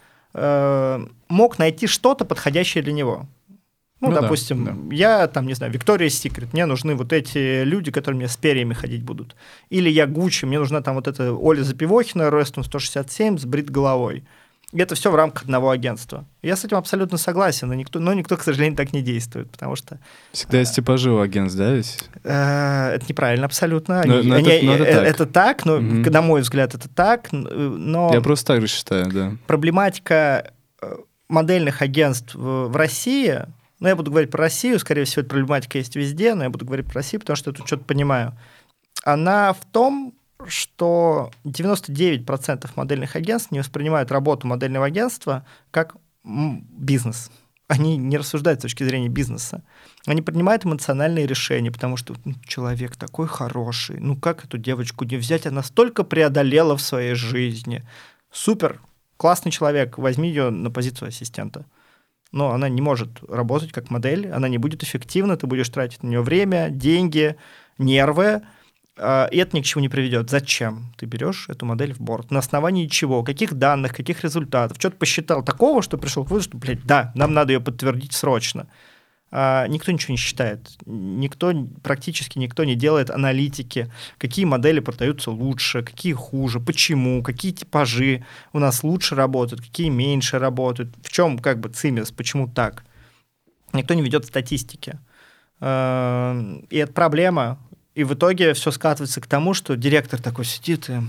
мог найти что-то подходящее для него. Допустим, я там, не знаю, Victoria's Secret, мне нужны вот эти люди, которые мне с перьями ходить будут. Или я Gucci, мне нужна там вот эта Оля Запивохина, ростом 167, с брит головой. И это все в рамках одного агентства. Я с этим абсолютно согласен, но никто, к сожалению, так не действует, потому что... Всегда есть типажи у агентств, да, ведь? Это неправильно абсолютно. Это так, но, на мой взгляд, это так, но... Я просто так же считаю, да. Проблематика модельных агентств в России... я буду говорить про Россию, скорее всего, эта проблематика есть везде, но я буду говорить про Россию, потому что я тут что-то понимаю. Она в том, что 99% модельных агентств не воспринимают работу модельного агентства как бизнес. Они не рассуждают с точки зрения бизнеса. Они принимают эмоциональные решения, потому что человек такой хороший, как эту девочку не взять, она столько преодолела в своей жизни. Супер, классный человек, возьми ее на позицию ассистента. Но она не может работать как модель, она не будет эффективна, ты будешь тратить на нее время, деньги, нервы, и это ни к чему не приведет. Зачем ты берешь эту модель в борд? На основании чего? Каких данных, каких результатов? Что-то посчитал такого, что пришел к выводу, что, нам надо ее подтвердить срочно. никто ничего не считает. Практически никто не делает аналитики, какие модели продаются лучше, какие хуже, почему, какие типажи у нас лучше работают, какие меньше работают, в чем как бы цимис, почему так. Никто не ведет статистики. И это проблема. И в итоге все скатывается к тому, что директор такой сидит и...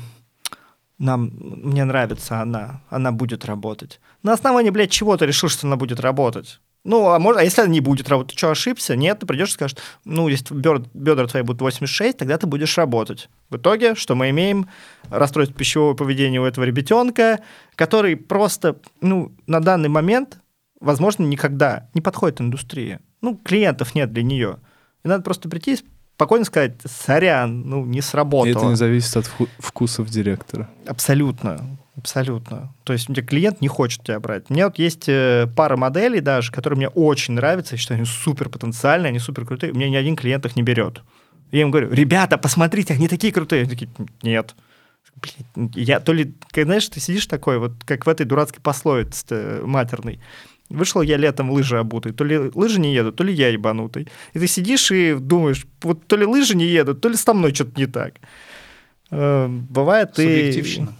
Мне нравится она будет работать. На основании, блядь, чего ты решил, что она будет работать? А если она не будет работать, ты что, ошибся? Нет, ты придешь и скажешь, если бедра твои будут 86, тогда ты будешь работать. В итоге, что мы имеем? Расстройство пищевого поведения у этого ребятенка, который просто, на данный момент, возможно, никогда не подходит индустрии. Клиентов нет для нее. И надо просто прийти и спокойно сказать, сорян, не сработало. И это не зависит от вкусов директора. Абсолютно. То есть у тебя клиент не хочет тебя брать. У меня вот есть пара моделей даже, которые мне очень нравятся, я считаю, они супер потенциальные, они супер крутые. У меня ни один клиент их не берет. Я им говорю, ребята, посмотрите, они такие крутые. Они такие, нет. Знаешь, ты сидишь такой, вот как в этой дурацкой пословице матерной. Вышел я летом в лыжи обутый. То ли лыжи не едут, то ли я ебанутый. И ты сидишь и думаешь, вот то ли лыжи не едут, то ли со мной что-то не так. Бывает и... Субъективщина.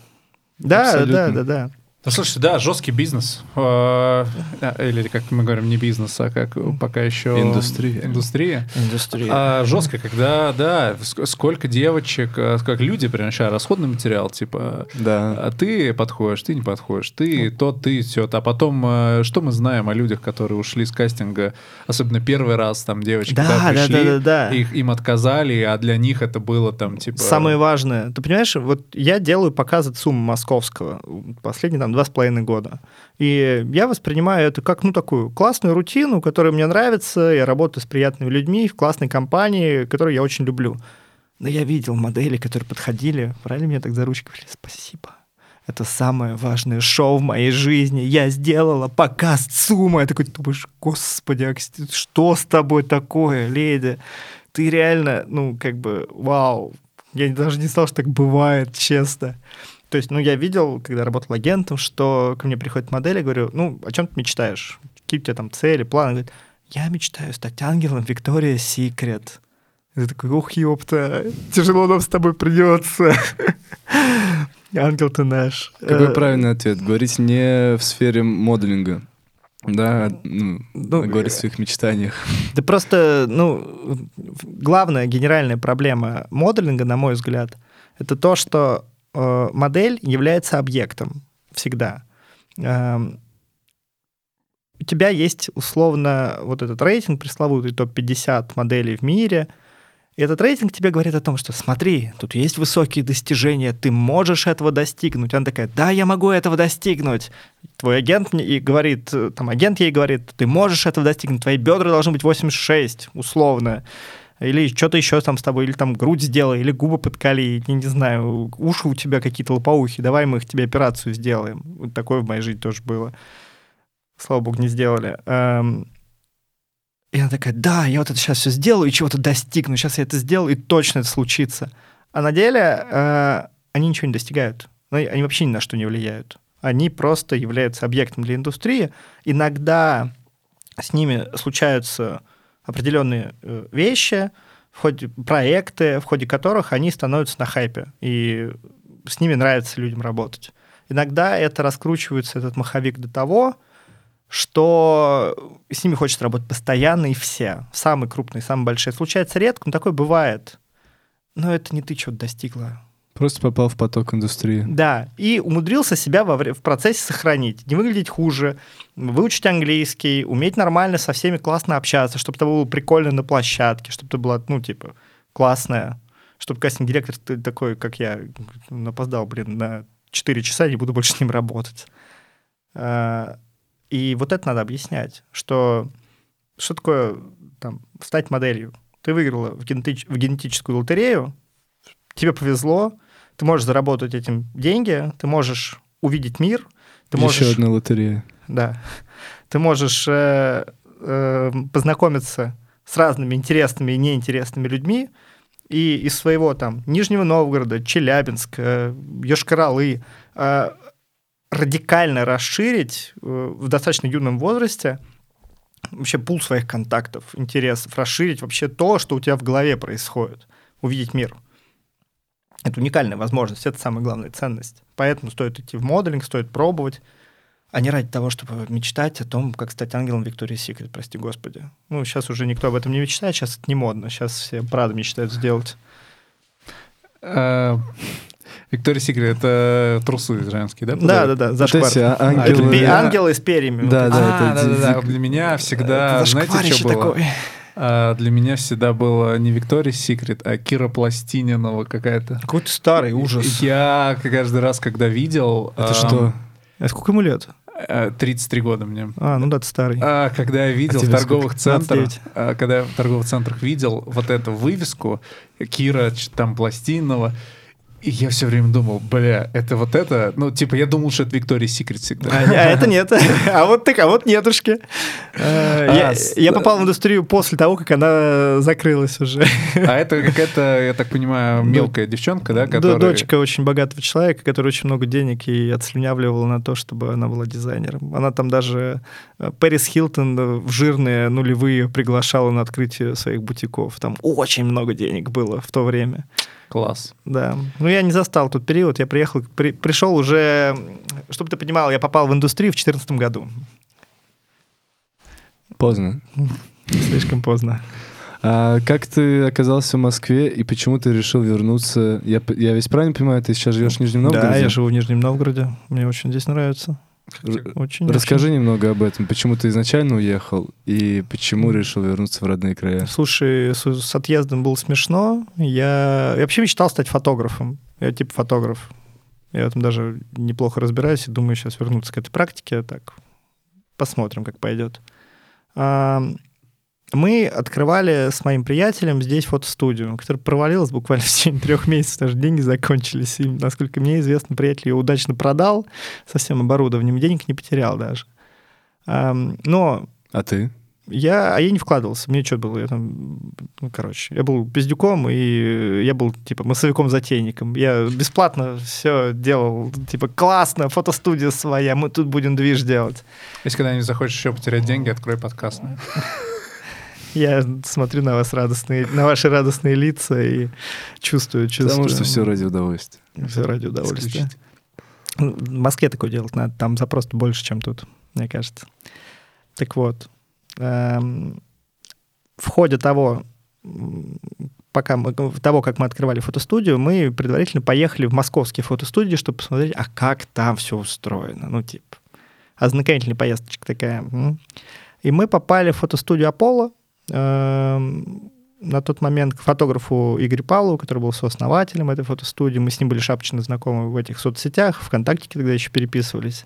Да. Слушайте, да, жесткий бизнес. Или, как мы говорим, не бизнес, а как пока еще... Индустрия. Жестко, когда, да, сколько девочек, как люди приносят расходный материал, типа, да. Ты подходишь, ты не подходишь, ты все. А потом, что мы знаем о людях, которые ушли с кастинга, особенно первый раз, там, девочки пришли, им отказали, а для них это было там, типа... Самое важное. Ты понимаешь, вот я делаю показы ЦУМа московского, последний там 2,5 года. И я воспринимаю это как, такую классную рутину, которая мне нравится, я работаю с приятными людьми в классной компании, которую я очень люблю. Но я видел модели, которые подходили, брали меня так за ручку, говорили, спасибо. Это самое важное шоу в моей жизни. Я сделала показ ЦУМа. Я такой думаешь, господи, что с тобой такое, леди? Ты реально, вау. Я даже не знал, что так бывает, честно. То есть, я видел, когда работал агентом, что ко мне приходит модель, я говорю, о чем ты мечтаешь? Какие у тебя там цели, планы? Говорит, я мечтаю стать ангелом Victoria's Secret. Я такой, ух, ёпта, тяжело нам с тобой придется. Ангел ты наш. Какой правильный ответ? Говорить не в сфере моделинга. Да, говорить о своих мечтаниях. Да просто, главная генеральная проблема моделинга, на мой взгляд, это то, что модель является объектом всегда. У тебя есть условно вот этот рейтинг пресловутый, топ-50 моделей в мире, и этот рейтинг тебе говорит о том, что смотри, тут есть высокие достижения, ты можешь этого достигнуть. Она такая, да, я могу этого достигнуть. Твой агент мне говорит, агент ей говорит, ты можешь этого достигнуть, твои бедра должны быть 86, условно. Или что-то еще там с тобой, или там грудь сделай, или губы подколи, я не знаю, уши у тебя какие-то лопоухи, давай мы тебе операцию сделаем. Вот такое в моей жизни тоже было. Слава богу, не сделали. И она такая, да, я вот это сейчас все сделаю и чего-то достигну, сейчас я это сделаю, и точно это случится. А на деле они ничего не достигают. Они вообще ни на что не влияют. Они просто являются объектом для индустрии. Иногда с ними случаются определенные вещи, проекты, в ходе которых они становятся на хайпе, и с ними нравится людям работать. Иногда это раскручивается, этот маховик, до того, что с ними хочется работать постоянно и все. Самые крупные, самые большие. Случается редко, но такое бывает. Но это не ты что-то достигла. Просто попал в поток индустрии. Да, и умудрился себя в процессе сохранить, не выглядеть хуже, выучить английский, уметь нормально со всеми классно общаться, чтобы это было прикольно на площадке, чтобы ты была, классная, чтобы кастинг-директор такой, как я, опоздал, на 4 часа, не буду больше с ним работать. И вот это надо объяснять, что такое стать моделью. Ты выиграла в генетическую лотерею, тебе повезло, ты можешь заработать этим деньги, ты можешь увидеть мир. Еще одна лотерея. Да. Ты можешь познакомиться с разными интересными и неинтересными людьми, и из своего Нижнего Новгорода, Челябинска, Йошкар-Олы радикально расширить в достаточно юном возрасте вообще пул своих контактов, интересов, расширить вообще то, что у тебя в голове происходит, увидеть мир. Это уникальная возможность, это самая главная ценность. Поэтому стоит идти в моделинг, стоит пробовать, а не ради того, чтобы мечтать о том, как стать ангелом Victoria's Secret, прости господи. Ну, сейчас уже никто об этом не мечтает, сейчас это не модно, сейчас все Prada мечтают сделать. Victoria's Secret — это трусы женские, да? Да, зашквар. Ангелы с перьями. Да. Для меня всегда, знаете, что было? Для меня всегда было не Victoria's Secret, а Кира Пластининова какая-то. Какой-то старый ужас. Я каждый раз, когда видел... Это что? А сколько ему лет? 33 года мне. Ну да, ты старый. Когда я видел в торговых центрах, когда я в торговых центрах видел вот эту вывеску Кира там Пластининова, и я все время думал, это вот это... Ну, типа, я думал, что это Victoria's Secret всегда. А это нет. А вот нетушки. Я попал в индустрию после того, как она закрылась уже. А это какая-то, я так понимаю, мелкая девчонка, да? Которая... Дочка очень богатого человека, который очень много денег ей отслюнявливала на то, чтобы она была дизайнером. Она там даже Пэрис Хилтон в жирные нулевые приглашала на открытие своих бутиков. Там очень много денег было в то время. Класс. Да. Ну, я не застал тот период. Я пришел уже... Чтобы ты понимал, я попал в индустрию в 2014 году. Поздно. Слишком поздно. А как ты оказался в Москве и почему ты решил вернуться? Я ведь правильно понимаю, ты сейчас живешь в Нижнем Новгороде? Да, я живу в Нижнем Новгороде. Мне очень здесь нравится. Расскажи немного об этом. Почему ты изначально уехал и почему решил вернуться в родные края? Слушай, с отъездом было смешно. Я вообще мечтал стать фотографом. Я типа фотограф. Я в этом даже неплохо разбираюсь и думаю сейчас вернуться к этой практике. Так, посмотрим, как пойдет. Мы открывали с моим приятелем здесь фотостудию, которая провалилась буквально в течение 3 месяцев, даже деньги закончились. И, насколько мне известно, приятель ее удачно продал со всем оборудованием, денег не потерял даже. Но... А ты? Я не вкладывался, мне что было, я был пиздюком, и я был, типа, массовиком-затейником. Я бесплатно все делал, типа, классно, фотостудия своя, мы тут будем движ делать. Если когда-нибудь захочешь еще потерять деньги, открой подкаст. Я смотрю на вас на ваши радостные лица и чувствую. Потому что все ради удовольствия. Все ради удовольствия. В Москве такое делать надо, там запрос больше, чем тут, мне кажется. Так вот, в ходе того, как мы открывали фотостудию, мы предварительно поехали в московские фотостудии, чтобы посмотреть, а как там все устроено. Ну, типа, ознакомительная поездочка такая. И мы попали в фотостудию «Аполло», на тот момент к фотографу Игорю Павлову, который был сооснователем этой фотостудии. Мы с ним были шапочно знакомы в этих соцсетях, ВКонтакте тогда еще переписывались.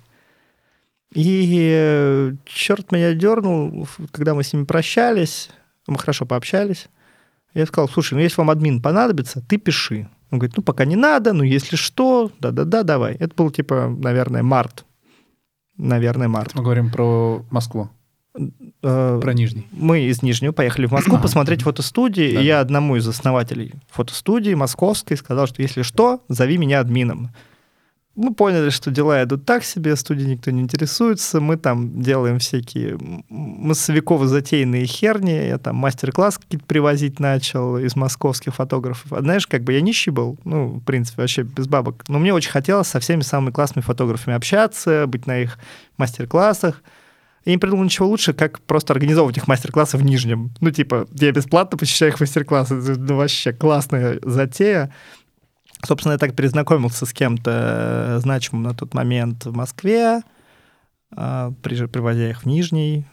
И черт меня дернул, когда мы с ними прощались, мы хорошо пообщались. Я сказал, слушай, если вам админ понадобится, ты пиши. Он говорит, пока не надо, если что, да-да-да, давай. Это был, наверное, март. Мы говорим про Москву. Про Нижний. Мы из Нижнего поехали в Москву посмотреть фотостудии, и я одному из основателей фотостудии московской сказал, что если что, зови меня админом. Мы поняли, что дела идут так себе, студией никто не интересуется, мы там делаем всякие массовиково затеянные херни, я там мастер-класс какие-то привозить начал из московских фотографов. А знаешь, я нищий был, в принципе, вообще без бабок, но мне очень хотелось со всеми самыми классными фотографами общаться, быть на их мастер-классах. Я не придумал ничего лучше, как просто организовывать их мастер-классы в Нижнем. Я бесплатно посещаю их мастер-классы. Вообще классная затея. Собственно, я так перезнакомился с кем-то значимым на тот момент в Москве, привозя их в Нижний.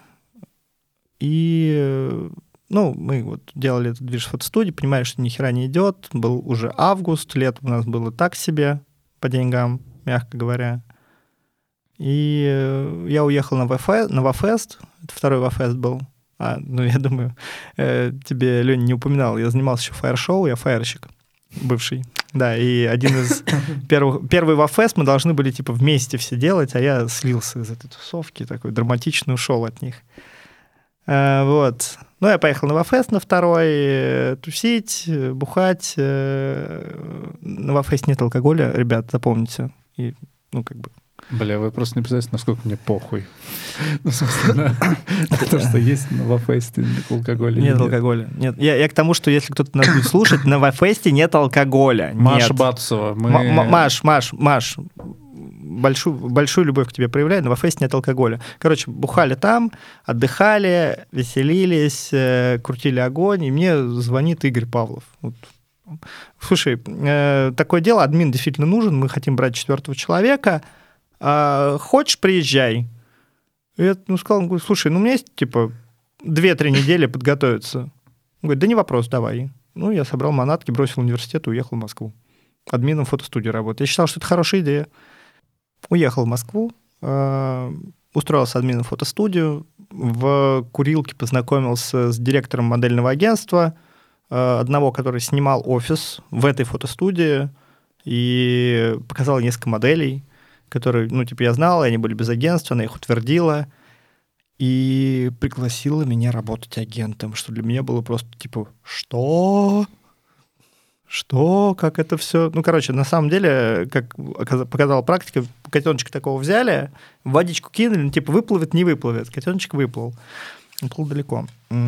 И мы делали этот движ фотостудии, понимали, что ни хера не идет. Был уже август, лето у нас было так себе по деньгам, мягко говоря. И я уехал на Вафест, это второй Вафест был. Я думаю, тебе Леня не упоминал, я занимался еще фаер-шоу, я фаерщик бывший. Да, и один из первый Вафест мы должны были вместе все делать, а я слился из этой тусовки, такой драматичный, ушел от них. Вот. Я поехал на Вафест на второй, тусить, бухать. На Вафест нет алкоголя, ребят, запомните. И, Бля, вы просто не представляете, насколько мне похуй. Ну, собственно, то, что есть на Вафесте алкоголя. Нет алкоголя. Нет. Я к тому, что если кто-то нас будет слушать, на Вафесте нет алкоголя. Маша Батусова. Маш, большую любовь к тебе проявляю, на Вафесте нет алкоголя. Короче, бухали там, отдыхали, веселились, крутили огонь, и мне звонит Игорь Павлов. Вот. Слушай, такое дело, админ действительно нужен, мы хотим брать 4-го человека, хочешь, приезжай. И я сказал, слушай, у меня есть, 2-3 недели подготовиться. Он говорит, да не вопрос, давай. Я собрал манатки, бросил университет и уехал в Москву. Админом фотостудии работать. Я считал, что это хорошая идея. Уехал в Москву, устроился админом фотостудию, в курилке познакомился с директором модельного агентства, одного, который снимал офис в этой фотостудии, и показал несколько моделей, которые, я знал, и они были без агентства, она их утвердила, и пригласила меня работать агентом, что для меня было просто что? Что? Как это все? На самом деле, как показала практика, котеночка такого взяли, в водичку кинули, выплывет, не выплывет. Котеночек выплыл. Уплыл далеко.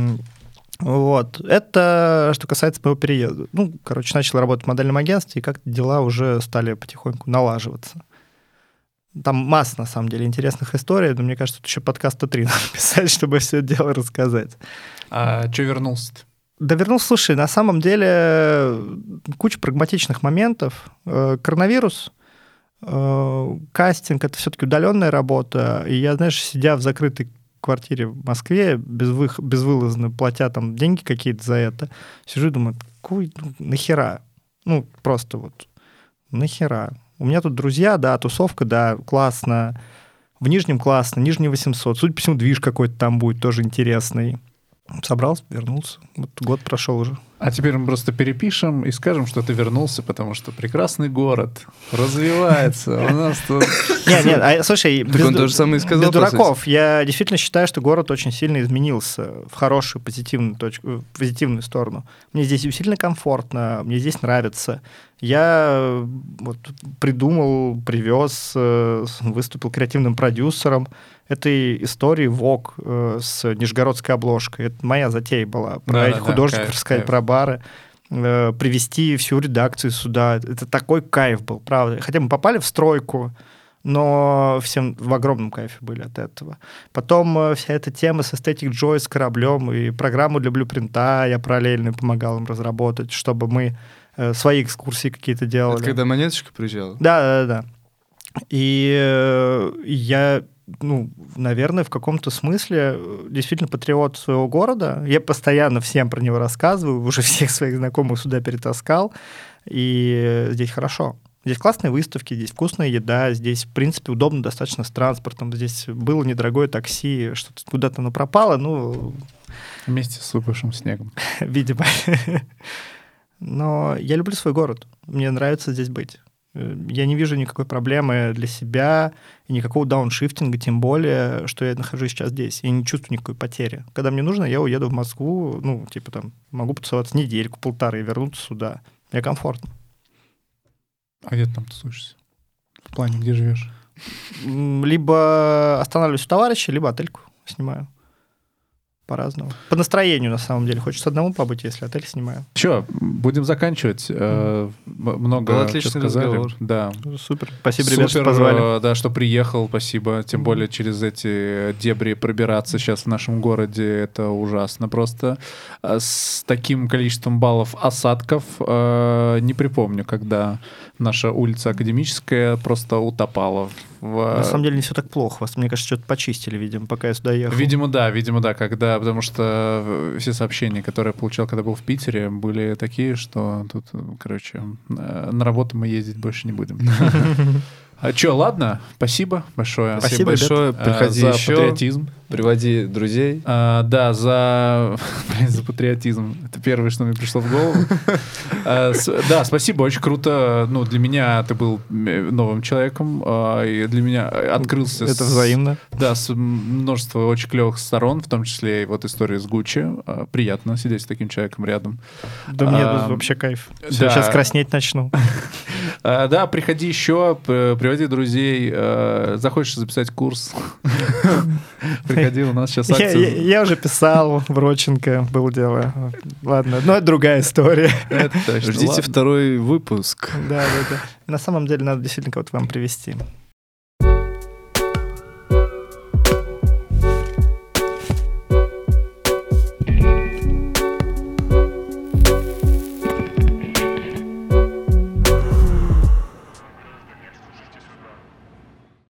Вот. Это что касается моего переезда. Начал работать в модельном агентстве, и как-то дела уже стали потихоньку налаживаться. Там масса, на самом деле, интересных историй, но мне кажется, тут еще подкаста 3 надо писать, чтобы все это дело рассказать. А что вернулся-то? Да вернулся, слушай, на самом деле куча прагматичных моментов. Коронавирус, кастинг — это все-таки удаленная работа, и я, сидя в закрытой квартире в Москве, безвылазно платя там деньги какие-то за это, сижу и думаю, нахера? Просто нахера? У меня тут друзья, да, тусовка, да, классно. В Нижнем классно, Нижний 800. Судя по всему, движ какой-то там будет тоже интересный. Собрался, вернулся. Год прошел уже. А теперь мы просто перепишем и скажем, что ты вернулся, потому что прекрасный город развивается. У нас тут... Нет, слушай, так он тоже самое и сказал, без дураков. Я действительно считаю, что город очень сильно изменился в хорошую, позитивную сторону. Мне здесь усиленно комфортно, мне здесь нравится. Я придумал, привез, выступил креативным продюсером этой истории Vogue с нижегородской обложкой. Это моя затея была. Про этих художников рассказать, про бары, привести всю редакцию сюда. Это такой кайф был, правда. Хотя мы попали в стройку, но всем в огромном кайфе были от этого. Потом вся эта тема с Aesthetic Joy, с кораблем и программу для блюпринта я параллельно помогал им разработать, чтобы мы свои экскурсии какие-то делали. Это когда Монеточка приезжала? Да. И я... наверное, в каком-то смысле действительно патриот своего города. Я постоянно всем про него рассказываю, уже всех своих знакомых сюда перетаскал, и здесь хорошо. Здесь классные выставки, здесь вкусная еда, здесь, в принципе, удобно достаточно с транспортом, здесь было недорогое такси, что-то куда-то оно пропало, Вместе с выпавшим снегом. Видимо. Но я люблю свой город, мне нравится здесь быть. Я не вижу никакой проблемы для себя и никакого дауншифтинга, тем более, что я нахожусь сейчас здесь. Я не чувствую никакой потери. Когда мне нужно, я уеду в Москву, могу потусоваться недельку-полторы и вернуться сюда. Мне комфортно. А где ты там тусуешься? В плане, где живешь? Либо останавливаюсь у товарища, либо отельку снимаю. По-разному. По настроению, на самом деле. Хочется одному побыть, если отель снимаю. Че, будем заканчивать. Много отличный разговор. Да. Супер. Спасибо, ребята, что позвали. Да, что приехал, спасибо. Тем более через эти дебри пробираться сейчас в нашем городе, это ужасно просто. С таким количеством баллов осадков не припомню, когда наша улица Академическая просто утопала. На самом деле не все так плохо. Мне кажется, что-то почистили, видимо, пока я сюда ехал. Видимо, да, потому что все сообщения, которые я получал, когда был в Питере, были такие, что тут, на работу мы ездить больше не будем. А что, ладно, спасибо большое. Спасибо большое, приходи за еще. Патриотизм. Приводи друзей. Да, за патриотизм. Это первое, что мне пришло в голову. Да, спасибо, очень круто. Для меня ты был новым человеком, и для меня открылся... Это взаимно. Да, с множества очень клевых сторон, в том числе и история с Гуччи. Приятно сидеть с таким человеком рядом. Да мне вообще кайф. Сейчас краснеть начну. Да, приходи еще, приводи друзей. Захочешь записать курс? Приходи, у нас сейчас акция. Я уже писал в Родченко, было дело. Ладно, но это другая история. Ждите второй выпуск. Да. На самом деле надо действительно кого-то вам привести.